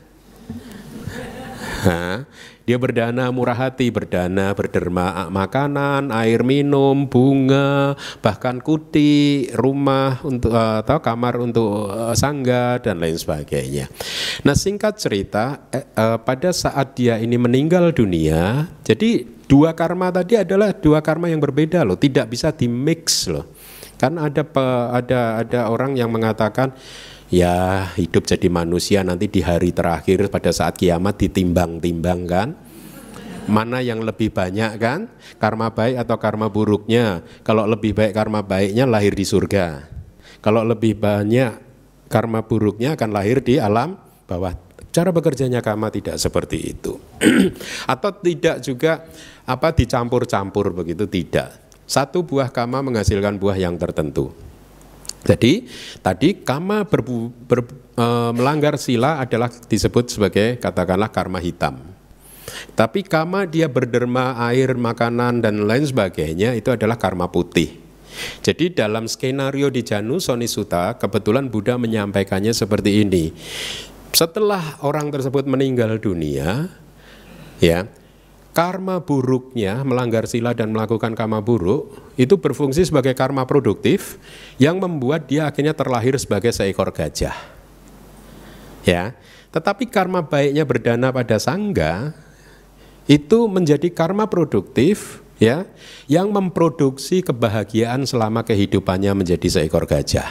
Hah? Dia berdana murah hati, berdana berderma makanan, air minum, bunga, bahkan kuti, rumah untuk atau kamar untuk sangga dan lain sebagainya. Nah, singkat cerita, eh, eh, pada saat dia ini meninggal dunia, jadi dua karma tadi adalah dua karma yang berbeda loh, tidak bisa dimix loh. Kan ada ada ada orang yang mengatakan, ya hidup jadi manusia nanti di hari terakhir pada saat kiamat ditimbang-timbang kan, mana yang lebih banyak kan, karma baik atau karma buruknya. Kalau lebih baik karma baiknya lahir di surga, kalau lebih banyak karma buruknya akan lahir di alam bawah. Cara bekerjanya karma tidak seperti itu. Atau tidak juga apa dicampur-campur begitu, tidak. Satu buah karma menghasilkan buah yang tertentu. Jadi tadi karma berbu, ber, e, melanggar sila adalah disebut sebagai katakanlah karma hitam. Tapi karma dia berderma air, makanan dan lain sebagainya itu adalah karma putih. Jadi dalam skenario di Janus Soni Sutta kebetulan Buddha menyampaikannya seperti ini. Setelah orang tersebut meninggal dunia, ya, karma buruknya melanggar sila dan melakukan karma buruk itu berfungsi sebagai karma produktif yang membuat dia akhirnya terlahir sebagai seekor gajah. Ya, tetapi karma baiknya berdana pada sangga itu menjadi karma produktif, ya, yang memproduksi kebahagiaan selama kehidupannya menjadi seekor gajah.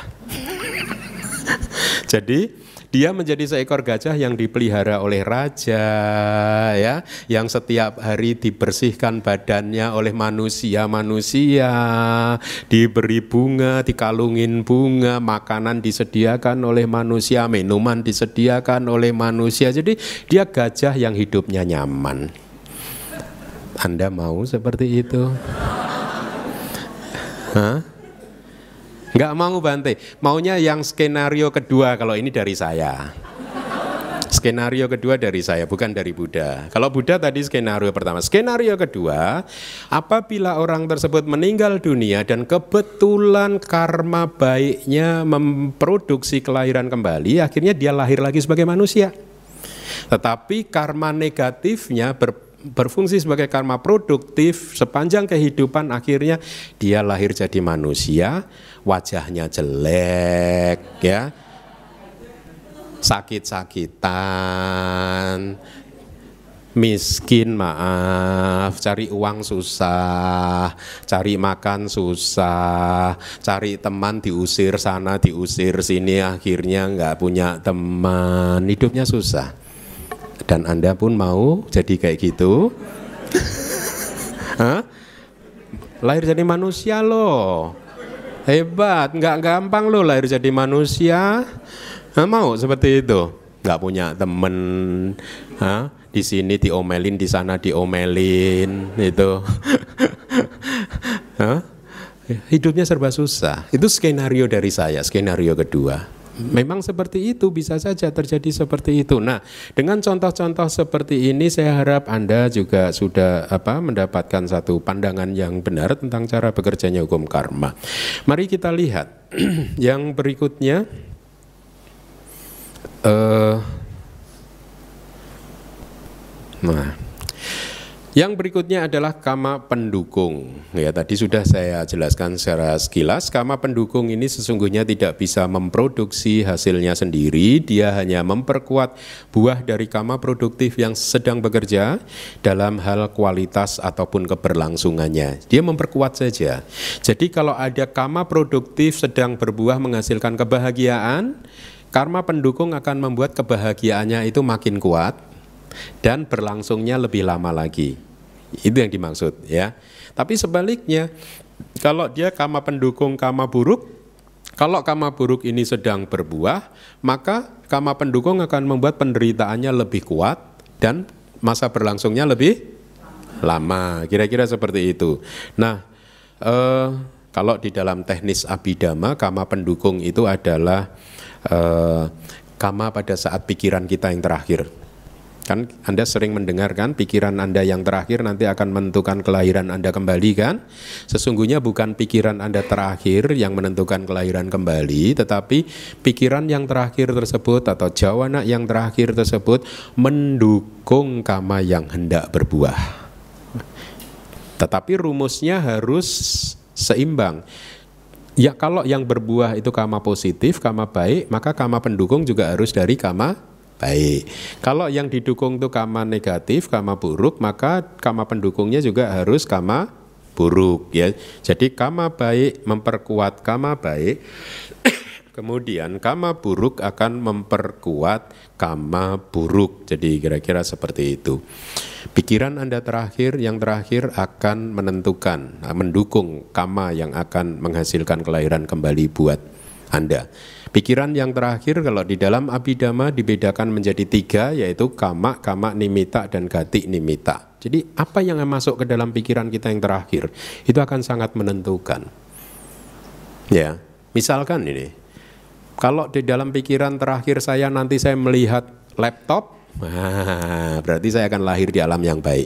Jadi dia menjadi seekor gajah yang dipelihara oleh raja, ya, yang setiap hari dibersihkan badannya oleh manusia-manusia, diberi bunga, dikalungin bunga, makanan disediakan oleh manusia, minuman disediakan oleh manusia. Jadi dia gajah yang hidupnya nyaman. Anda mau seperti itu? Hah? Enggak mau Bante, maunya yang skenario kedua kalau ini dari saya. Skenario kedua dari saya, bukan dari Buddha. Kalau Buddha tadi skenario pertama. Skenario kedua, apabila orang tersebut meninggal dunia dan kebetulan karma baiknya memproduksi kelahiran kembali, akhirnya dia lahir lagi sebagai manusia. Tetapi karma negatifnya ber berfungsi sebagai karma produktif sepanjang kehidupan, akhirnya dia lahir jadi manusia, wajahnya jelek, ya, sakit-sakitan, miskin, maaf, cari uang susah, cari makan susah, cari teman diusir sana diusir sini, akhirnya nggak punya teman, hidupnya susah. Dan Anda pun mau jadi kayak gitu? Hah? lahir jadi manusia loh. Hebat, nggak gampang loh lahir jadi manusia. Nah, mau seperti itu? Nggak punya temen, ha? Di sini diomelin, di sana diomelin, itu. Hah? Hidupnya serba susah. Itu skenario dari saya, skenario kedua. Memang seperti itu, bisa saja terjadi seperti itu. Nah, dengan contoh-contoh seperti ini saya harap Anda juga sudah apa mendapatkan satu pandangan yang benar tentang cara bekerjanya hukum karma. Mari kita lihat yang berikutnya. Uh, nah, yang berikutnya adalah kama pendukung. Ya, tadi sudah saya jelaskan secara sekilas. Kama pendukung ini sesungguhnya tidak bisa memproduksi hasilnya sendiri. Dia hanya memperkuat buah dari kama produktif yang sedang bekerja dalam hal kualitas ataupun keberlangsungannya. Dia memperkuat saja. Jadi kalau ada kama produktif sedang berbuah menghasilkan kebahagiaan, karma pendukung akan membuat kebahagiaannya itu makin kuat dan berlangsungnya lebih lama lagi. Itu yang dimaksud ya. Tapi sebaliknya, kalau dia kama pendukung kama buruk, kalau kama buruk ini sedang berbuah, maka kama pendukung akan membuat penderitaannya lebih kuat dan masa berlangsungnya lebih lama. Kira-kira seperti itu. Nah, eh, kalau di dalam teknis abhidhamma, kama pendukung itu adalah eh, kama pada saat pikiran kita yang terakhir. Kan Anda sering mendengar kan, pikiran Anda yang terakhir nanti akan menentukan kelahiran Anda kembali kan. Sesungguhnya bukan pikiran Anda terakhir yang menentukan kelahiran kembali, tetapi pikiran yang terakhir tersebut atau jawana yang terakhir tersebut mendukung kama yang hendak berbuah. Tetapi rumusnya harus seimbang. Ya, kalau yang berbuah itu kama positif, kama baik, maka kama pendukung juga harus dari kama baik. Kalau yang didukung itu kama negatif, kama buruk, maka kama pendukungnya juga harus kama buruk ya. Jadi kama baik memperkuat kama baik, kemudian kama buruk akan memperkuat kama buruk. Jadi kira-kira seperti itu. Pikiran Anda terakhir, yang terakhir akan menentukan, mendukung kama yang akan menghasilkan kelahiran kembali buat Anda. Pikiran yang terakhir kalau di dalam abhidhamma dibedakan menjadi tiga, yaitu kama, kama nimitta, dan gati nimitta. Jadi apa yang masuk ke dalam pikiran kita yang terakhir itu akan sangat menentukan. Ya, misalkan ini, kalau di dalam pikiran terakhir saya nanti saya melihat laptop, nah, berarti saya akan lahir di alam yang baik.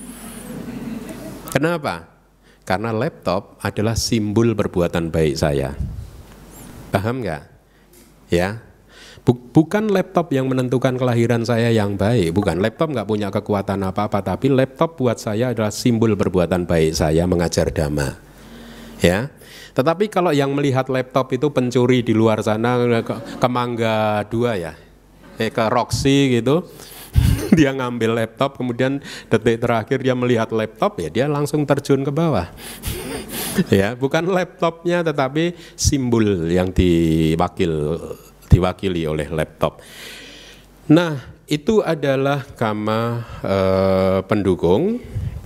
Kenapa? Karena laptop adalah simbol perbuatan baik saya. Paham nggak? Ya, bukan laptop yang menentukan kelahiran saya yang baik, bukan. Laptop nggak punya kekuatan apa-apa, tapi laptop buat saya adalah simbol perbuatan baik saya mengajar dhamma. Ya, tetapi kalau yang melihat laptop itu pencuri di luar sana ke, ke Mangga dua ya, eh, ke Roxy gitu, dia ngambil laptop, kemudian detik terakhir dia melihat laptop, ya dia langsung terjun ke bawah. Ya, bukan laptopnya tetapi simbol yang diwakil diwakili oleh laptop. Nah, itu adalah kama eh, pendukung.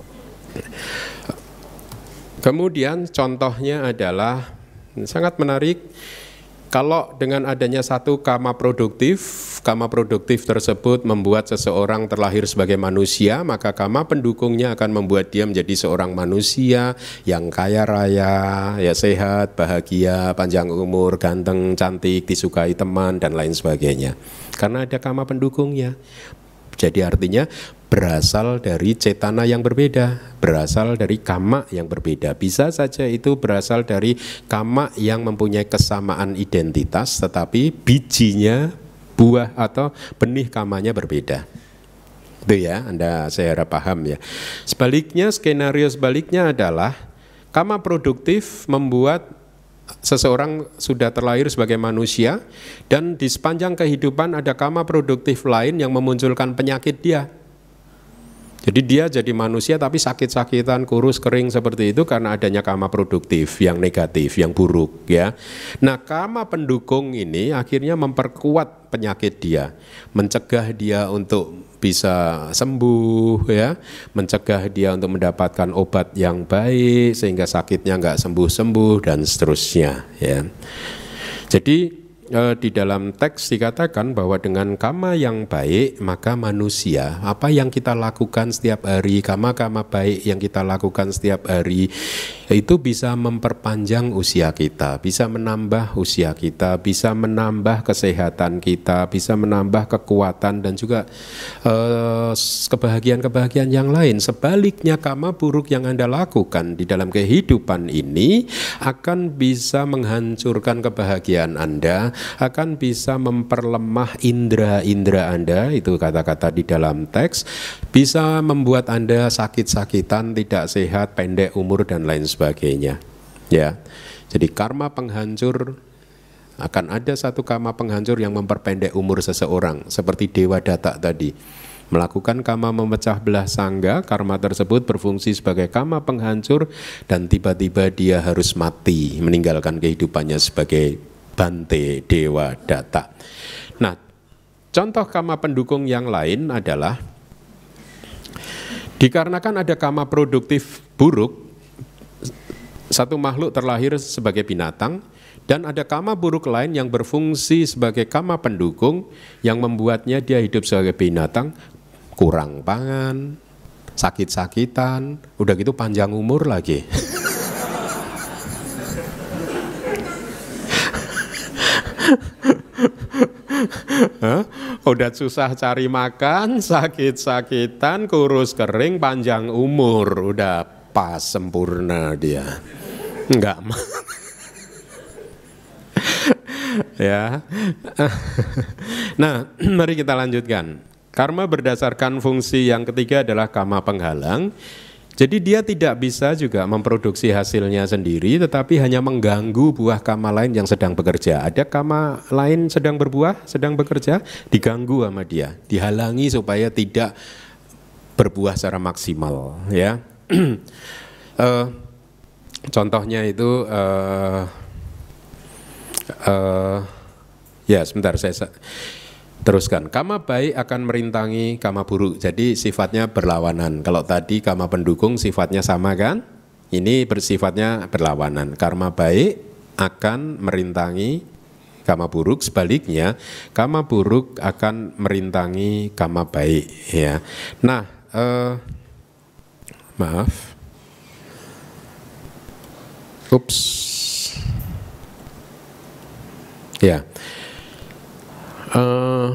Kemudian contohnya adalah sangat menarik. Kalau dengan adanya satu kama produktif, kama produktif tersebut membuat seseorang terlahir sebagai manusia, maka kama pendukungnya akan membuat dia menjadi seorang manusia yang kaya raya, ya sehat, bahagia, panjang umur, ganteng, cantik, disukai teman, dan lain sebagainya. Karena ada kama pendukungnya. Jadi artinya berasal dari cetana yang berbeda, berasal dari kama yang berbeda. Bisa saja itu berasal dari kama yang mempunyai kesamaan identitas, tetapi bijinya, buah atau benih kamanya berbeda. Itu ya, Anda saya harap paham ya. Sebaliknya, skenario sebaliknya adalah kama produktif membuat seseorang sudah terlahir sebagai manusia dan di sepanjang kehidupan ada kama produktif lain yang memunculkan penyakit dia. Jadi dia jadi manusia tapi sakit-sakitan, kurus, kering seperti itu karena adanya kama produktif yang negatif, yang buruk ya. Nah, kama pendukung ini akhirnya memperkuat penyakit dia, mencegah dia untuk bisa sembuh, ya, mencegah dia untuk mendapatkan obat yang baik sehingga sakitnya nggak sembuh-sembuh dan seterusnya, ya. Jadi eh, di dalam teks dikatakan bahwa dengan karma yang baik maka manusia, apa yang kita lakukan setiap hari, karma-karma baik yang kita lakukan setiap hari itu bisa memperpanjang usia kita, bisa menambah usia kita, bisa menambah kesehatan kita, bisa menambah kekuatan dan juga eh, kebahagiaan-kebahagiaan yang lain. Sebaliknya karma buruk yang Anda lakukan di dalam kehidupan ini akan bisa menghancurkan kebahagiaan Anda, akan bisa memperlemah indera-indera Anda, itu kata-kata di dalam teks, bisa membuat Anda sakit-sakitan, tidak sehat, pendek umur dan lain sebagainya, ya. Jadi karma penghancur, akan ada satu karma penghancur yang memperpendek umur seseorang, seperti Dewa Datta tadi. Melakukan karma memecah belah sangga, karma tersebut berfungsi sebagai karma penghancur dan tiba-tiba dia harus mati, meninggalkan kehidupannya sebagai Bante Dewa Datta. Nah, contoh karma pendukung yang lain adalah dikarenakan ada karma produktif buruk, satu makhluk terlahir sebagai binatang, dan ada karma buruk lain yang berfungsi sebagai karma pendukung yang membuatnya dia hidup sebagai binatang, kurang pangan, sakit-sakitan, udah gitu panjang umur lagi. Hah? Udah susah cari makan, sakit-sakitan, kurus kering, panjang umur, udah pas sempurna dia. Enggak. Ya. Nah, mari kita lanjutkan. Karma berdasarkan fungsi yang ketiga adalah karma penghalang. Jadi dia tidak bisa juga memproduksi hasilnya sendiri, tetapi hanya mengganggu buah karma lain yang sedang bekerja. Ada karma lain sedang berbuah, sedang bekerja, diganggu sama dia, dihalangi supaya tidak berbuah secara maksimal, ya. uh, contohnya itu, uh, uh, ya sebentar saya teruskan. Karma baik akan merintangi karma buruk. Jadi sifatnya berlawanan. Kalau tadi karma pendukung sifatnya sama kan? Ini bersifatnya berlawanan. Karma baik akan merintangi karma buruk. Sebaliknya, karma buruk akan merintangi karma baik. Ya. Nah, eh, maaf. Ups. Ya. Uh,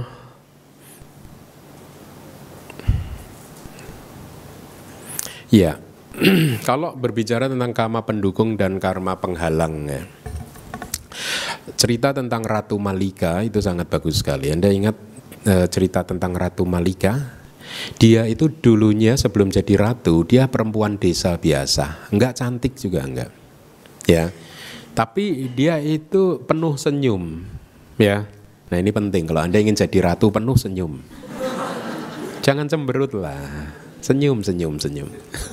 ya, kalau berbicara tentang karma pendukung dan karma penghalang, ya, cerita tentang Ratu Malika itu sangat bagus sekali. Anda ingat uh, cerita tentang Ratu Malika? Dia itu dulunya sebelum jadi ratu, dia perempuan desa biasa, enggak cantik juga enggak, ya. Tapi dia itu penuh senyum, ya. Nah ini penting, kalau Anda ingin jadi ratu penuh senyum, jangan cemberut lah, senyum, senyum, senyum.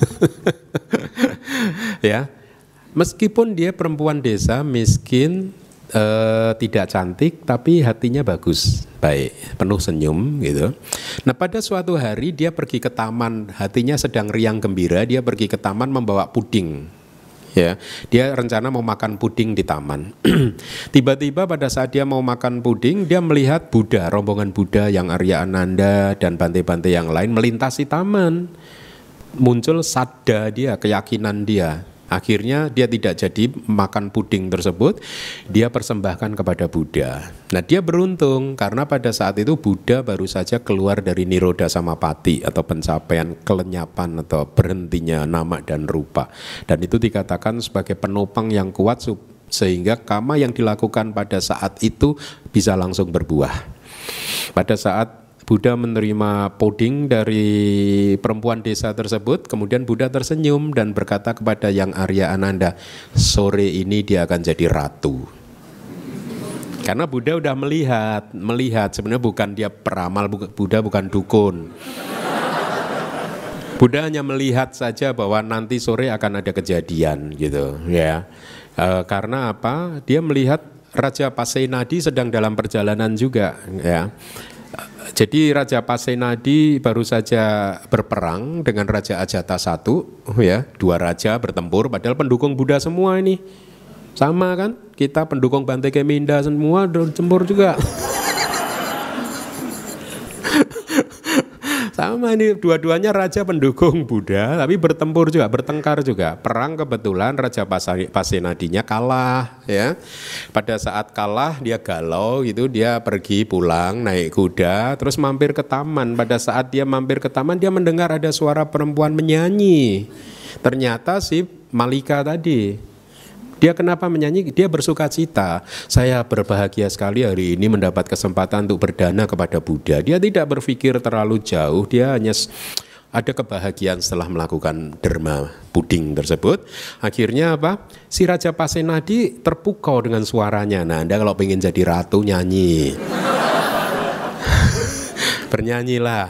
Ya, meskipun dia perempuan desa, miskin, eh, tidak cantik, tapi hatinya bagus, baik, penuh senyum gitu. Nah pada suatu hari dia pergi ke taman, hatinya sedang riang gembira, dia pergi ke taman membawa puding. Ya, dia rencana mau makan puding di taman. Tiba-tiba pada saat dia mau makan puding, dia melihat Buddha, rombongan Buddha yang Arya Ananda dan bante-bante yang lain melintasi taman. Muncul sadda dia, keyakinan dia. Akhirnya dia tidak jadi makan puding tersebut, dia persembahkan kepada Buddha. Nah dia beruntung karena pada saat itu Buddha baru saja keluar dari Nirodha Samapati atau pencapaian kelenyapan atau berhentinya nama dan rupa. Dan itu dikatakan sebagai penopang yang kuat sehingga karma yang dilakukan pada saat itu bisa langsung berbuah. Pada saat Buddha menerima puding dari perempuan desa tersebut, kemudian Buddha tersenyum dan berkata kepada yang Arya Ananda, sore ini dia akan jadi ratu. Karena Buddha udah melihat, melihat sebenarnya bukan dia peramal, Buddha bukan dukun. Buddha hanya melihat saja bahwa nanti sore akan ada kejadian gitu, ya. E, karena apa? Dia melihat Raja Pasenadi sedang dalam perjalanan juga, ya. Jadi Raja Pasenadi baru saja berperang dengan Raja Ajata satu, ya, dua raja bertempur, padahal pendukung Buddha semua ini. Sama kan, kita pendukung Bante Keminda semua bertempur juga. Sama ini, dua-duanya raja pendukung Buddha, tapi bertempur juga, bertengkar juga. Perang kebetulan Raja Pasenadinya kalah, ya. Pada saat kalah dia galau gitu, dia pergi pulang naik kuda, terus mampir ke taman. Pada saat dia mampir ke taman, dia mendengar ada suara perempuan menyanyi. Ternyata si Malika tadi. Dia kenapa menyanyi? Dia bersuka cita. Saya berbahagia sekali hari ini mendapat kesempatan untuk berdana kepada Buddha. Dia tidak berpikir terlalu jauh. Dia hanya ada kebahagiaan setelah melakukan derma puding tersebut. Akhirnya apa? Si Raja Pasenadi terpukau dengan suaranya. Nah, Anda kalau pengen jadi ratu nyanyi. Bernyanyilah.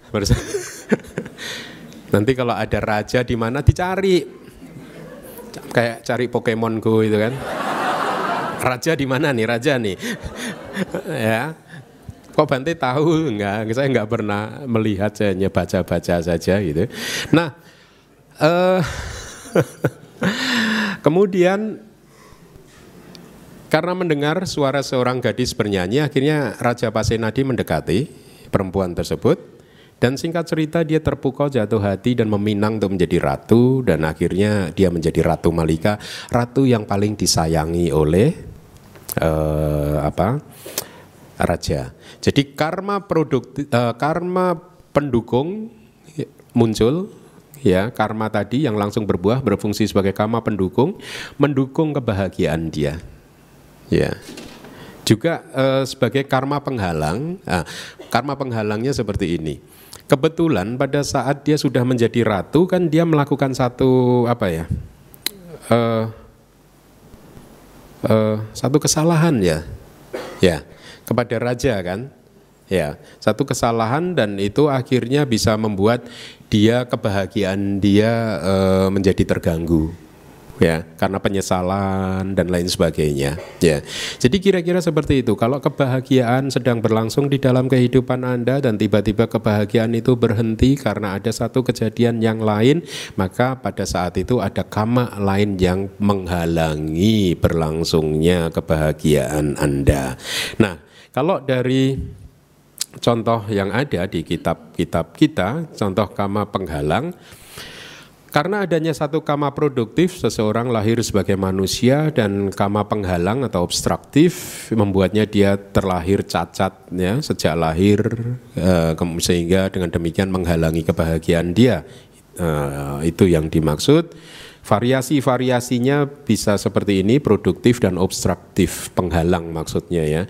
Nanti kalau ada raja di mana dicari. Kayak cari Pokemon Go itu kan. Raja di mana nih? Raja nih. Ya. Kok Bante tahu? Enggak, saya enggak pernah melihat, saya hanya baca-baca saja gitu. Nah, eh, kemudian karena mendengar suara seorang gadis bernyanyi, akhirnya Raja Pasenadi mendekati perempuan tersebut. Dan singkat cerita dia terpukau, jatuh hati dan meminang untuk menjadi ratu. Dan akhirnya dia menjadi Ratu Malika, ratu yang paling disayangi oleh uh, apa raja. Jadi karma produktif, uh, karma pendukung muncul, ya, karma tadi yang langsung berbuah berfungsi sebagai karma pendukung, mendukung kebahagiaan dia, ya. Juga uh, sebagai karma penghalang. Nah, karma penghalangnya seperti ini. Kebetulan pada saat dia sudah menjadi ratu kan dia melakukan satu apa ya, uh, uh, satu kesalahan ya, ya kepada raja kan, ya satu kesalahan dan itu akhirnya bisa membuat dia kebahagiaan dia uh, menjadi terganggu. Ya, karena penyesalan dan lain sebagainya. Ya, jadi kira-kira seperti itu. Kalau kebahagiaan sedang berlangsung di dalam kehidupan Anda dan tiba-tiba kebahagiaan itu berhenti karena ada satu kejadian yang lain, maka pada saat itu ada kama lain yang menghalangi berlangsungnya kebahagiaan Anda. Nah, kalau dari contoh yang ada di kitab-kitab kita, contoh kama penghalang. Karena adanya satu kama produktif, seseorang lahir sebagai manusia, dan kama penghalang atau obstruktif membuatnya dia terlahir cacat ya sejak lahir, eh, sehingga dengan demikian menghalangi kebahagiaan dia. Eh, itu yang dimaksud. Variasi-variasinya bisa seperti ini, produktif dan obstruktif, penghalang maksudnya ya.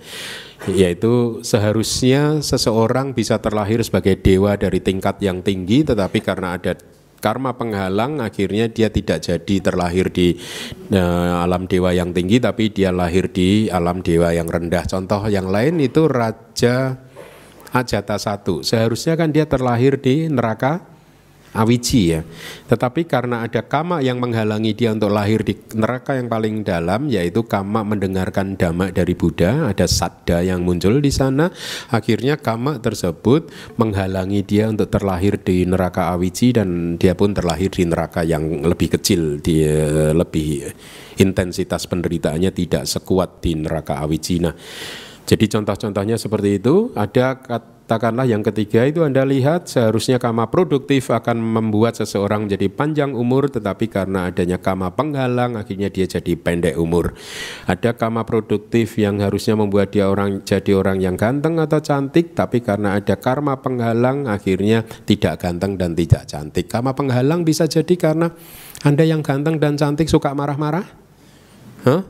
Yaitu seharusnya seseorang bisa terlahir sebagai dewa dari tingkat yang tinggi, tetapi karena ada karma penghalang akhirnya dia tidak jadi terlahir di uh, alam dewa yang tinggi, tapi dia lahir di alam dewa yang rendah. Contoh yang lain itu Raja Ajata satu, seharusnya kan dia terlahir di neraka Awiji ya, tetapi karena ada kama yang menghalangi dia untuk lahir di neraka yang paling dalam, yaitu kama mendengarkan dhamma dari Buddha, ada sadda yang muncul di sana, akhirnya kama tersebut menghalangi dia untuk terlahir di neraka Awiji, dan dia pun terlahir di neraka yang lebih kecil, dia lebih intensitas penderitaannya tidak sekuat di neraka Awiji. Nah, jadi contoh-contohnya seperti itu. Ada katakanlah yang ketiga itu Anda lihat seharusnya kama produktif akan membuat seseorang menjadi panjang umur, tetapi karena adanya kama penghalang akhirnya dia jadi pendek umur. Ada kama produktif yang harusnya membuat dia orang jadi orang yang ganteng atau cantik, tapi karena ada karma penghalang akhirnya tidak ganteng dan tidak cantik. Kama penghalang bisa jadi karena Anda yang ganteng dan cantik suka marah-marah. Hah?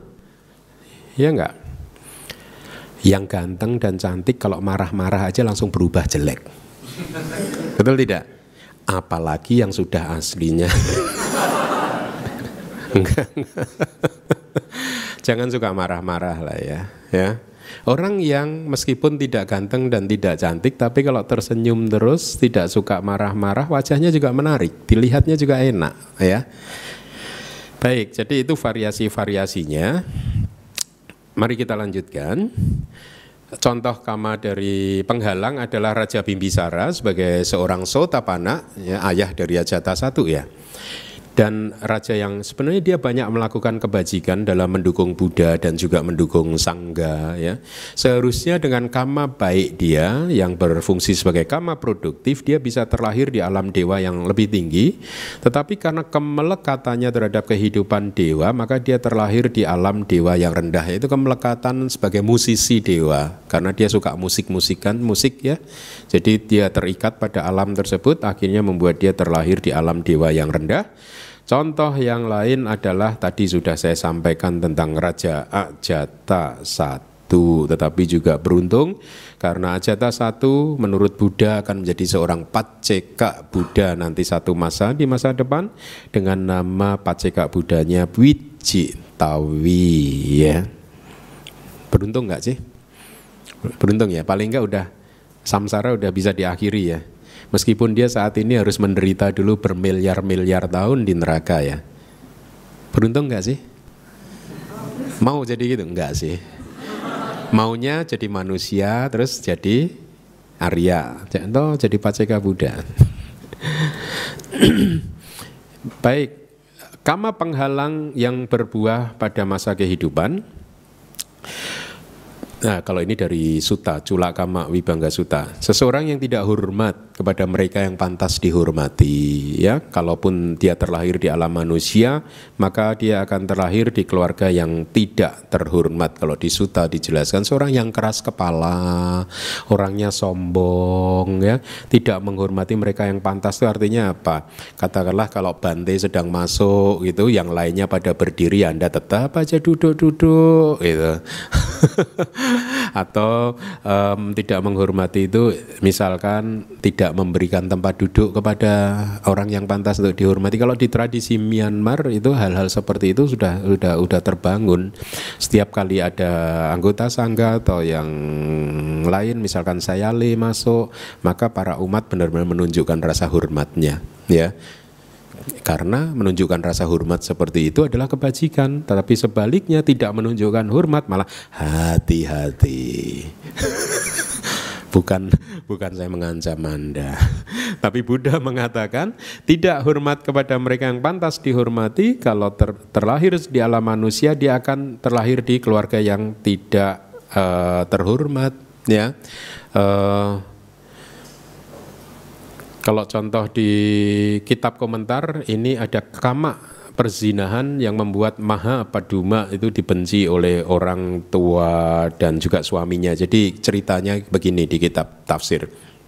Ya enggak? Yang ganteng dan cantik kalau marah-marah aja langsung berubah jelek. Betul tidak? Apalagi yang sudah aslinya. Enggak. Jangan suka marah-marah lah ya, ya. Orang yang meskipun tidak ganteng dan tidak cantik, tapi kalau tersenyum terus, tidak suka marah-marah, wajahnya juga menarik, dilihatnya juga enak, ya. Baik, jadi itu variasi-variasinya. Mari kita lanjutkan. Contoh kama dari penghalang adalah Raja Bimbisara sebagai seorang Sotapana, ya, ayah dari Ajata satu ya. Dan raja yang sebenarnya dia banyak melakukan kebajikan dalam mendukung Buddha dan juga mendukung Sangha ya. Seharusnya dengan kama baik dia yang berfungsi sebagai kama produktif, dia bisa terlahir di alam dewa yang lebih tinggi. Tetapi karena kemelekatannya terhadap kehidupan dewa, maka dia terlahir di alam dewa yang rendah, yaitu kemelekatan sebagai musisi dewa. Karena dia suka musik-musikan, musik ya. Jadi dia terikat pada alam tersebut, akhirnya membuat dia terlahir di alam dewa yang rendah. Contoh yang lain adalah tadi sudah saya sampaikan tentang Raja Ajata satu, tetapi juga beruntung karena Ajata satu menurut Buddha akan menjadi seorang Pacceka Buddha nanti satu masa di masa depan dengan nama Pacceka Buddhanya Wijitawi ya. Beruntung nggak sih? Beruntung ya, paling nggak udah samsara udah bisa diakhiri ya. Meskipun dia saat ini harus menderita dulu bermiliar-miliar tahun di neraka ya. Beruntung nggak sih? Mau jadi gitu? Enggak sih. Maunya jadi manusia terus jadi Arya, atau jadi Pacceka Buddha. Baik, kama penghalang yang berbuah pada masa kehidupan. Nah, kalau ini dari Sutta, Cula Kama Vibhangga Sutta. Seseorang yang tidak hormat kepada mereka yang pantas dihormati, ya. Kalaupun dia terlahir di alam manusia, maka dia akan terlahir di keluarga yang tidak terhormat. Kalau di Sutta dijelaskan seorang yang keras kepala, orangnya sombong, ya, tidak menghormati mereka yang pantas. Itu artinya apa? Katakanlah kalau Bante sedang masuk gitu, yang lainnya pada berdiri, Anda tetap aja duduk-duduk gitu. Atau um, tidak menghormati itu misalkan tidak memberikan tempat duduk kepada orang yang pantas untuk dihormati. Kalau di tradisi Myanmar itu hal-hal seperti itu sudah sudah sudah terbangun. Setiap kali ada anggota sangga atau yang lain misalkan sayale masuk, maka para umat benar-benar menunjukkan rasa hormatnya ya. Karena menunjukkan rasa hormat seperti itu adalah kebajikan. Tetapi sebaliknya tidak menunjukkan hormat malah hati-hati. Bukan bukan saya mengancam Anda. Tapi Buddha mengatakan tidak hormat kepada mereka yang pantas dihormati. Kalau ter, terlahir di alam manusia, dia akan terlahir di keluarga yang tidak uh, terhormat ya. Uh, Kalau contoh di kitab komentar ini ada kama perzinahan yang membuat Maha Paduma itu dibenci oleh orang tua dan juga suaminya. Jadi ceritanya begini di kitab tafsir.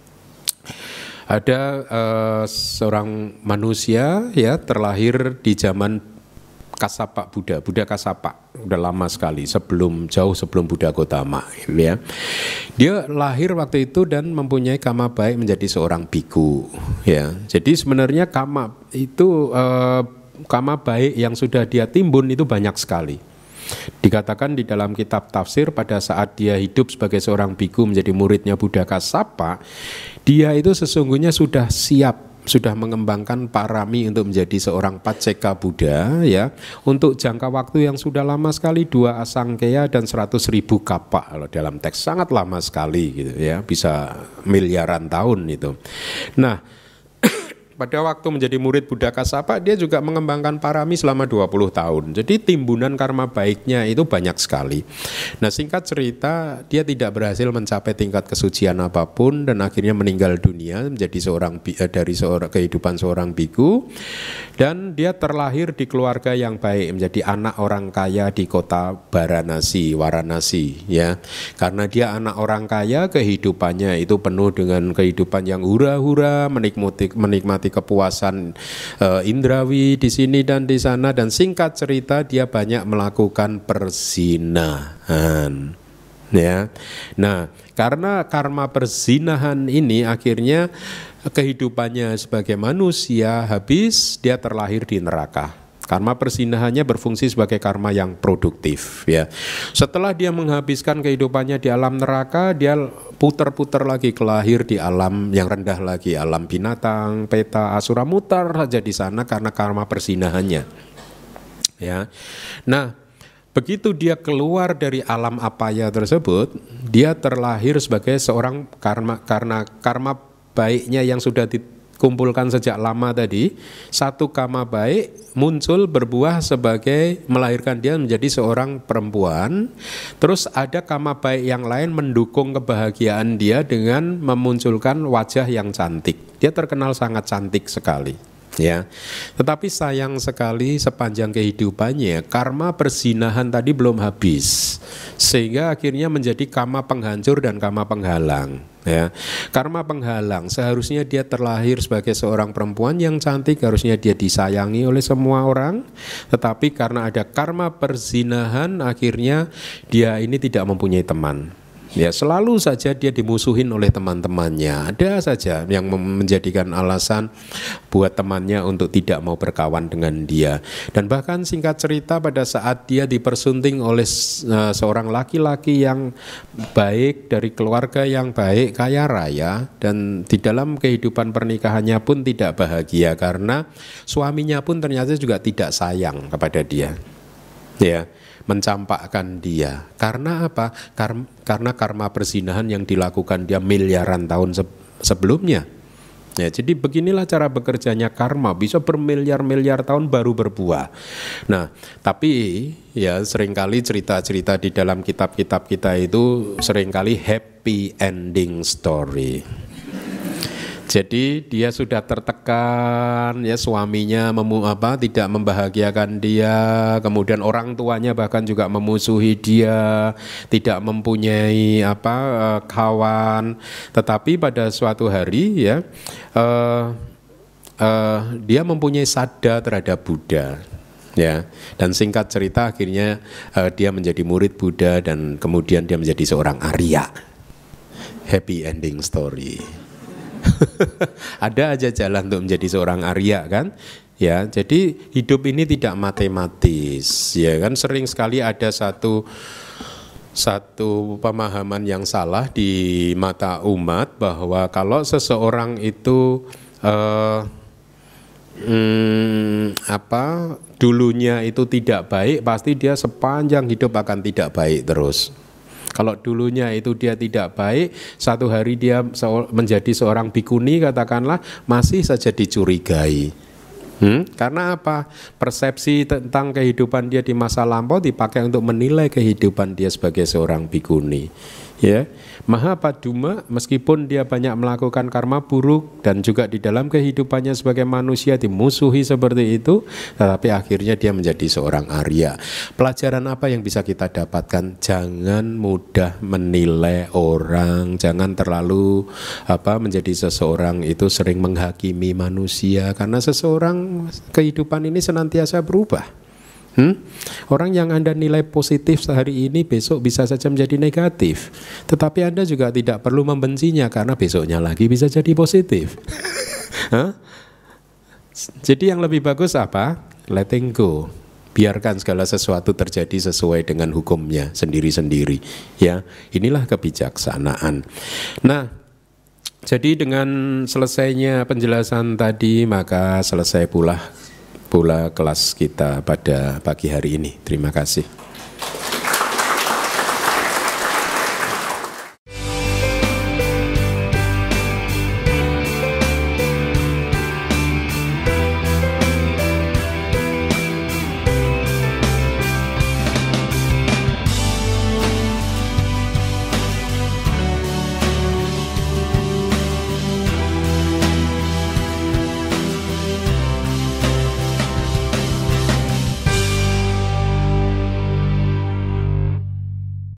Ada uh, seorang manusia ya terlahir di zaman Kasapa Buddha, Buddha Kasapa, udah lama sekali sebelum jauh sebelum Buddha Gotama, ya. Dia lahir waktu itu dan mempunyai kama baik menjadi seorang biku, ya. Jadi sebenarnya kama itu eh, kama baik yang sudah dia timbun itu banyak sekali. Dikatakan di dalam kitab tafsir pada saat dia hidup sebagai seorang biku menjadi muridnya Buddha Kasapa, dia itu sesungguhnya sudah siap, sudah mengembangkan parami untuk menjadi seorang Pacceka Buddha ya, untuk jangka waktu yang sudah lama sekali, dua asangkeya dan seratus ribu kapa. Kalau dalam teks sangat lama sekali gitu ya, bisa miliaran tahun itu. Nah, pada waktu menjadi murid Buddha Kasapa, dia juga mengembangkan parami selama dua puluh tahun. Jadi timbunan karma baiknya itu banyak sekali. Nah, singkat cerita, dia tidak berhasil mencapai tingkat kesucian apapun dan akhirnya meninggal dunia menjadi seorang dari seorang kehidupan seorang biku. Dan dia terlahir di keluarga yang baik, menjadi anak orang kaya di kota Varanasi, Varanasi ya. Karena dia anak orang kaya, kehidupannya itu penuh dengan kehidupan yang hura-hura, menikmati menikmati kepuasan uh, indrawi di sini dan di sana, dan singkat cerita dia banyak melakukan perzinahan ya. Nah, karena karma perzinahan ini akhirnya kehidupannya sebagai manusia habis, dia terlahir di neraka. Karma perzinahannya berfungsi sebagai karma yang produktif ya. Setelah dia menghabiskan kehidupannya di alam neraka, dia putar-putar lagi kelahir di alam yang rendah lagi, alam binatang, peta, asura, mutar saja di sana karena karma perzinahannya. Ya. Nah, Begitu dia keluar dari alam apaya tersebut, dia terlahir sebagai seorang karma, karena karma baiknya yang sudah dikumpulkan sejak lama tadi, satu karma baik muncul berbuah sebagai melahirkan dia menjadi seorang perempuan. Terus ada karma baik yang lain mendukung kebahagiaan dia dengan memunculkan wajah yang cantik. Dia terkenal sangat cantik sekali. Ya, tetapi sayang sekali sepanjang kehidupannya karma perzinahan tadi belum habis, sehingga akhirnya menjadi karma penghancur dan karma penghalang. Ya, karma penghalang seharusnya dia terlahir sebagai seorang perempuan yang cantik, harusnya dia disayangi oleh semua orang, tetapi karena ada karma perzinahan akhirnya dia ini tidak mempunyai teman. Ya, selalu saja dia dimusuhin oleh teman-temannya. Ada saja yang menjadikan alasan buat temannya untuk tidak mau berkawan dengan dia. Dan bahkan singkat cerita pada saat dia dipersunting oleh uh, seorang laki-laki yang baik dari keluarga yang baik, kaya raya, dan di dalam kehidupan pernikahannya pun tidak bahagia karena suaminya pun ternyata juga tidak sayang kepada dia. Ya, mencampakkan dia. Karena apa? Kar- karena karma perzinahan yang dilakukan dia miliaran tahun se- sebelumnya. Ya, jadi beginilah cara bekerjanya karma, bisa bermiliar-miliar tahun baru berbuah. Nah, tapi ya seringkali cerita-cerita di dalam kitab-kitab kita itu seringkali happy ending story. Jadi dia sudah tertekan, ya suaminya memu, apa, tidak membahagiakan dia, kemudian orang tuanya bahkan juga memusuhi dia, tidak mempunyai apa kawan. Tetapi pada suatu hari ya uh, uh, dia mempunyai sadda terhadap Buddha. Ya, dan singkat cerita akhirnya uh, dia menjadi murid Buddha dan kemudian dia menjadi seorang Arya. Happy ending story. Ada aja jalan untuk menjadi seorang Arya kan? Ya, jadi hidup ini tidak matematis, ya kan? Sering sekali ada satu satu pemahaman yang salah di mata umat bahwa kalau seseorang itu eh, hmm, apa dulunya itu tidak baik, pasti dia sepanjang hidup akan tidak baik terus. Kalau dulunya itu dia tidak baik, satu hari dia menjadi seorang bikuni katakanlah, masih saja dicurigai. Hmm? Karena apa? Persepsi tentang kehidupan dia di masa lampau dipakai untuk menilai kehidupan dia sebagai seorang bikuni. Ya, Mahapaduma meskipun dia banyak melakukan karma buruk dan juga di dalam kehidupannya sebagai manusia dimusuhi seperti itu, tetapi akhirnya dia menjadi seorang Arya. Pelajaran apa yang bisa kita dapatkan? Jangan mudah menilai orang, jangan terlalu apa menjadi seseorang itu sering menghakimi manusia, karena seseorang kehidupan ini senantiasa berubah. Hmm? Orang yang Anda nilai positif sehari ini besok bisa saja menjadi negatif. Tetapi Anda juga tidak perlu membencinya karena besoknya lagi bisa jadi positif. Huh? Jadi yang lebih bagus apa? Letting go. Biarkan segala sesuatu terjadi sesuai dengan hukumnya sendiri-sendiri. Ya, inilah kebijaksanaan. Nah, jadi dengan selesainya penjelasan tadi maka selesai pula pula kelas kita pada pagi hari ini. Terima kasih.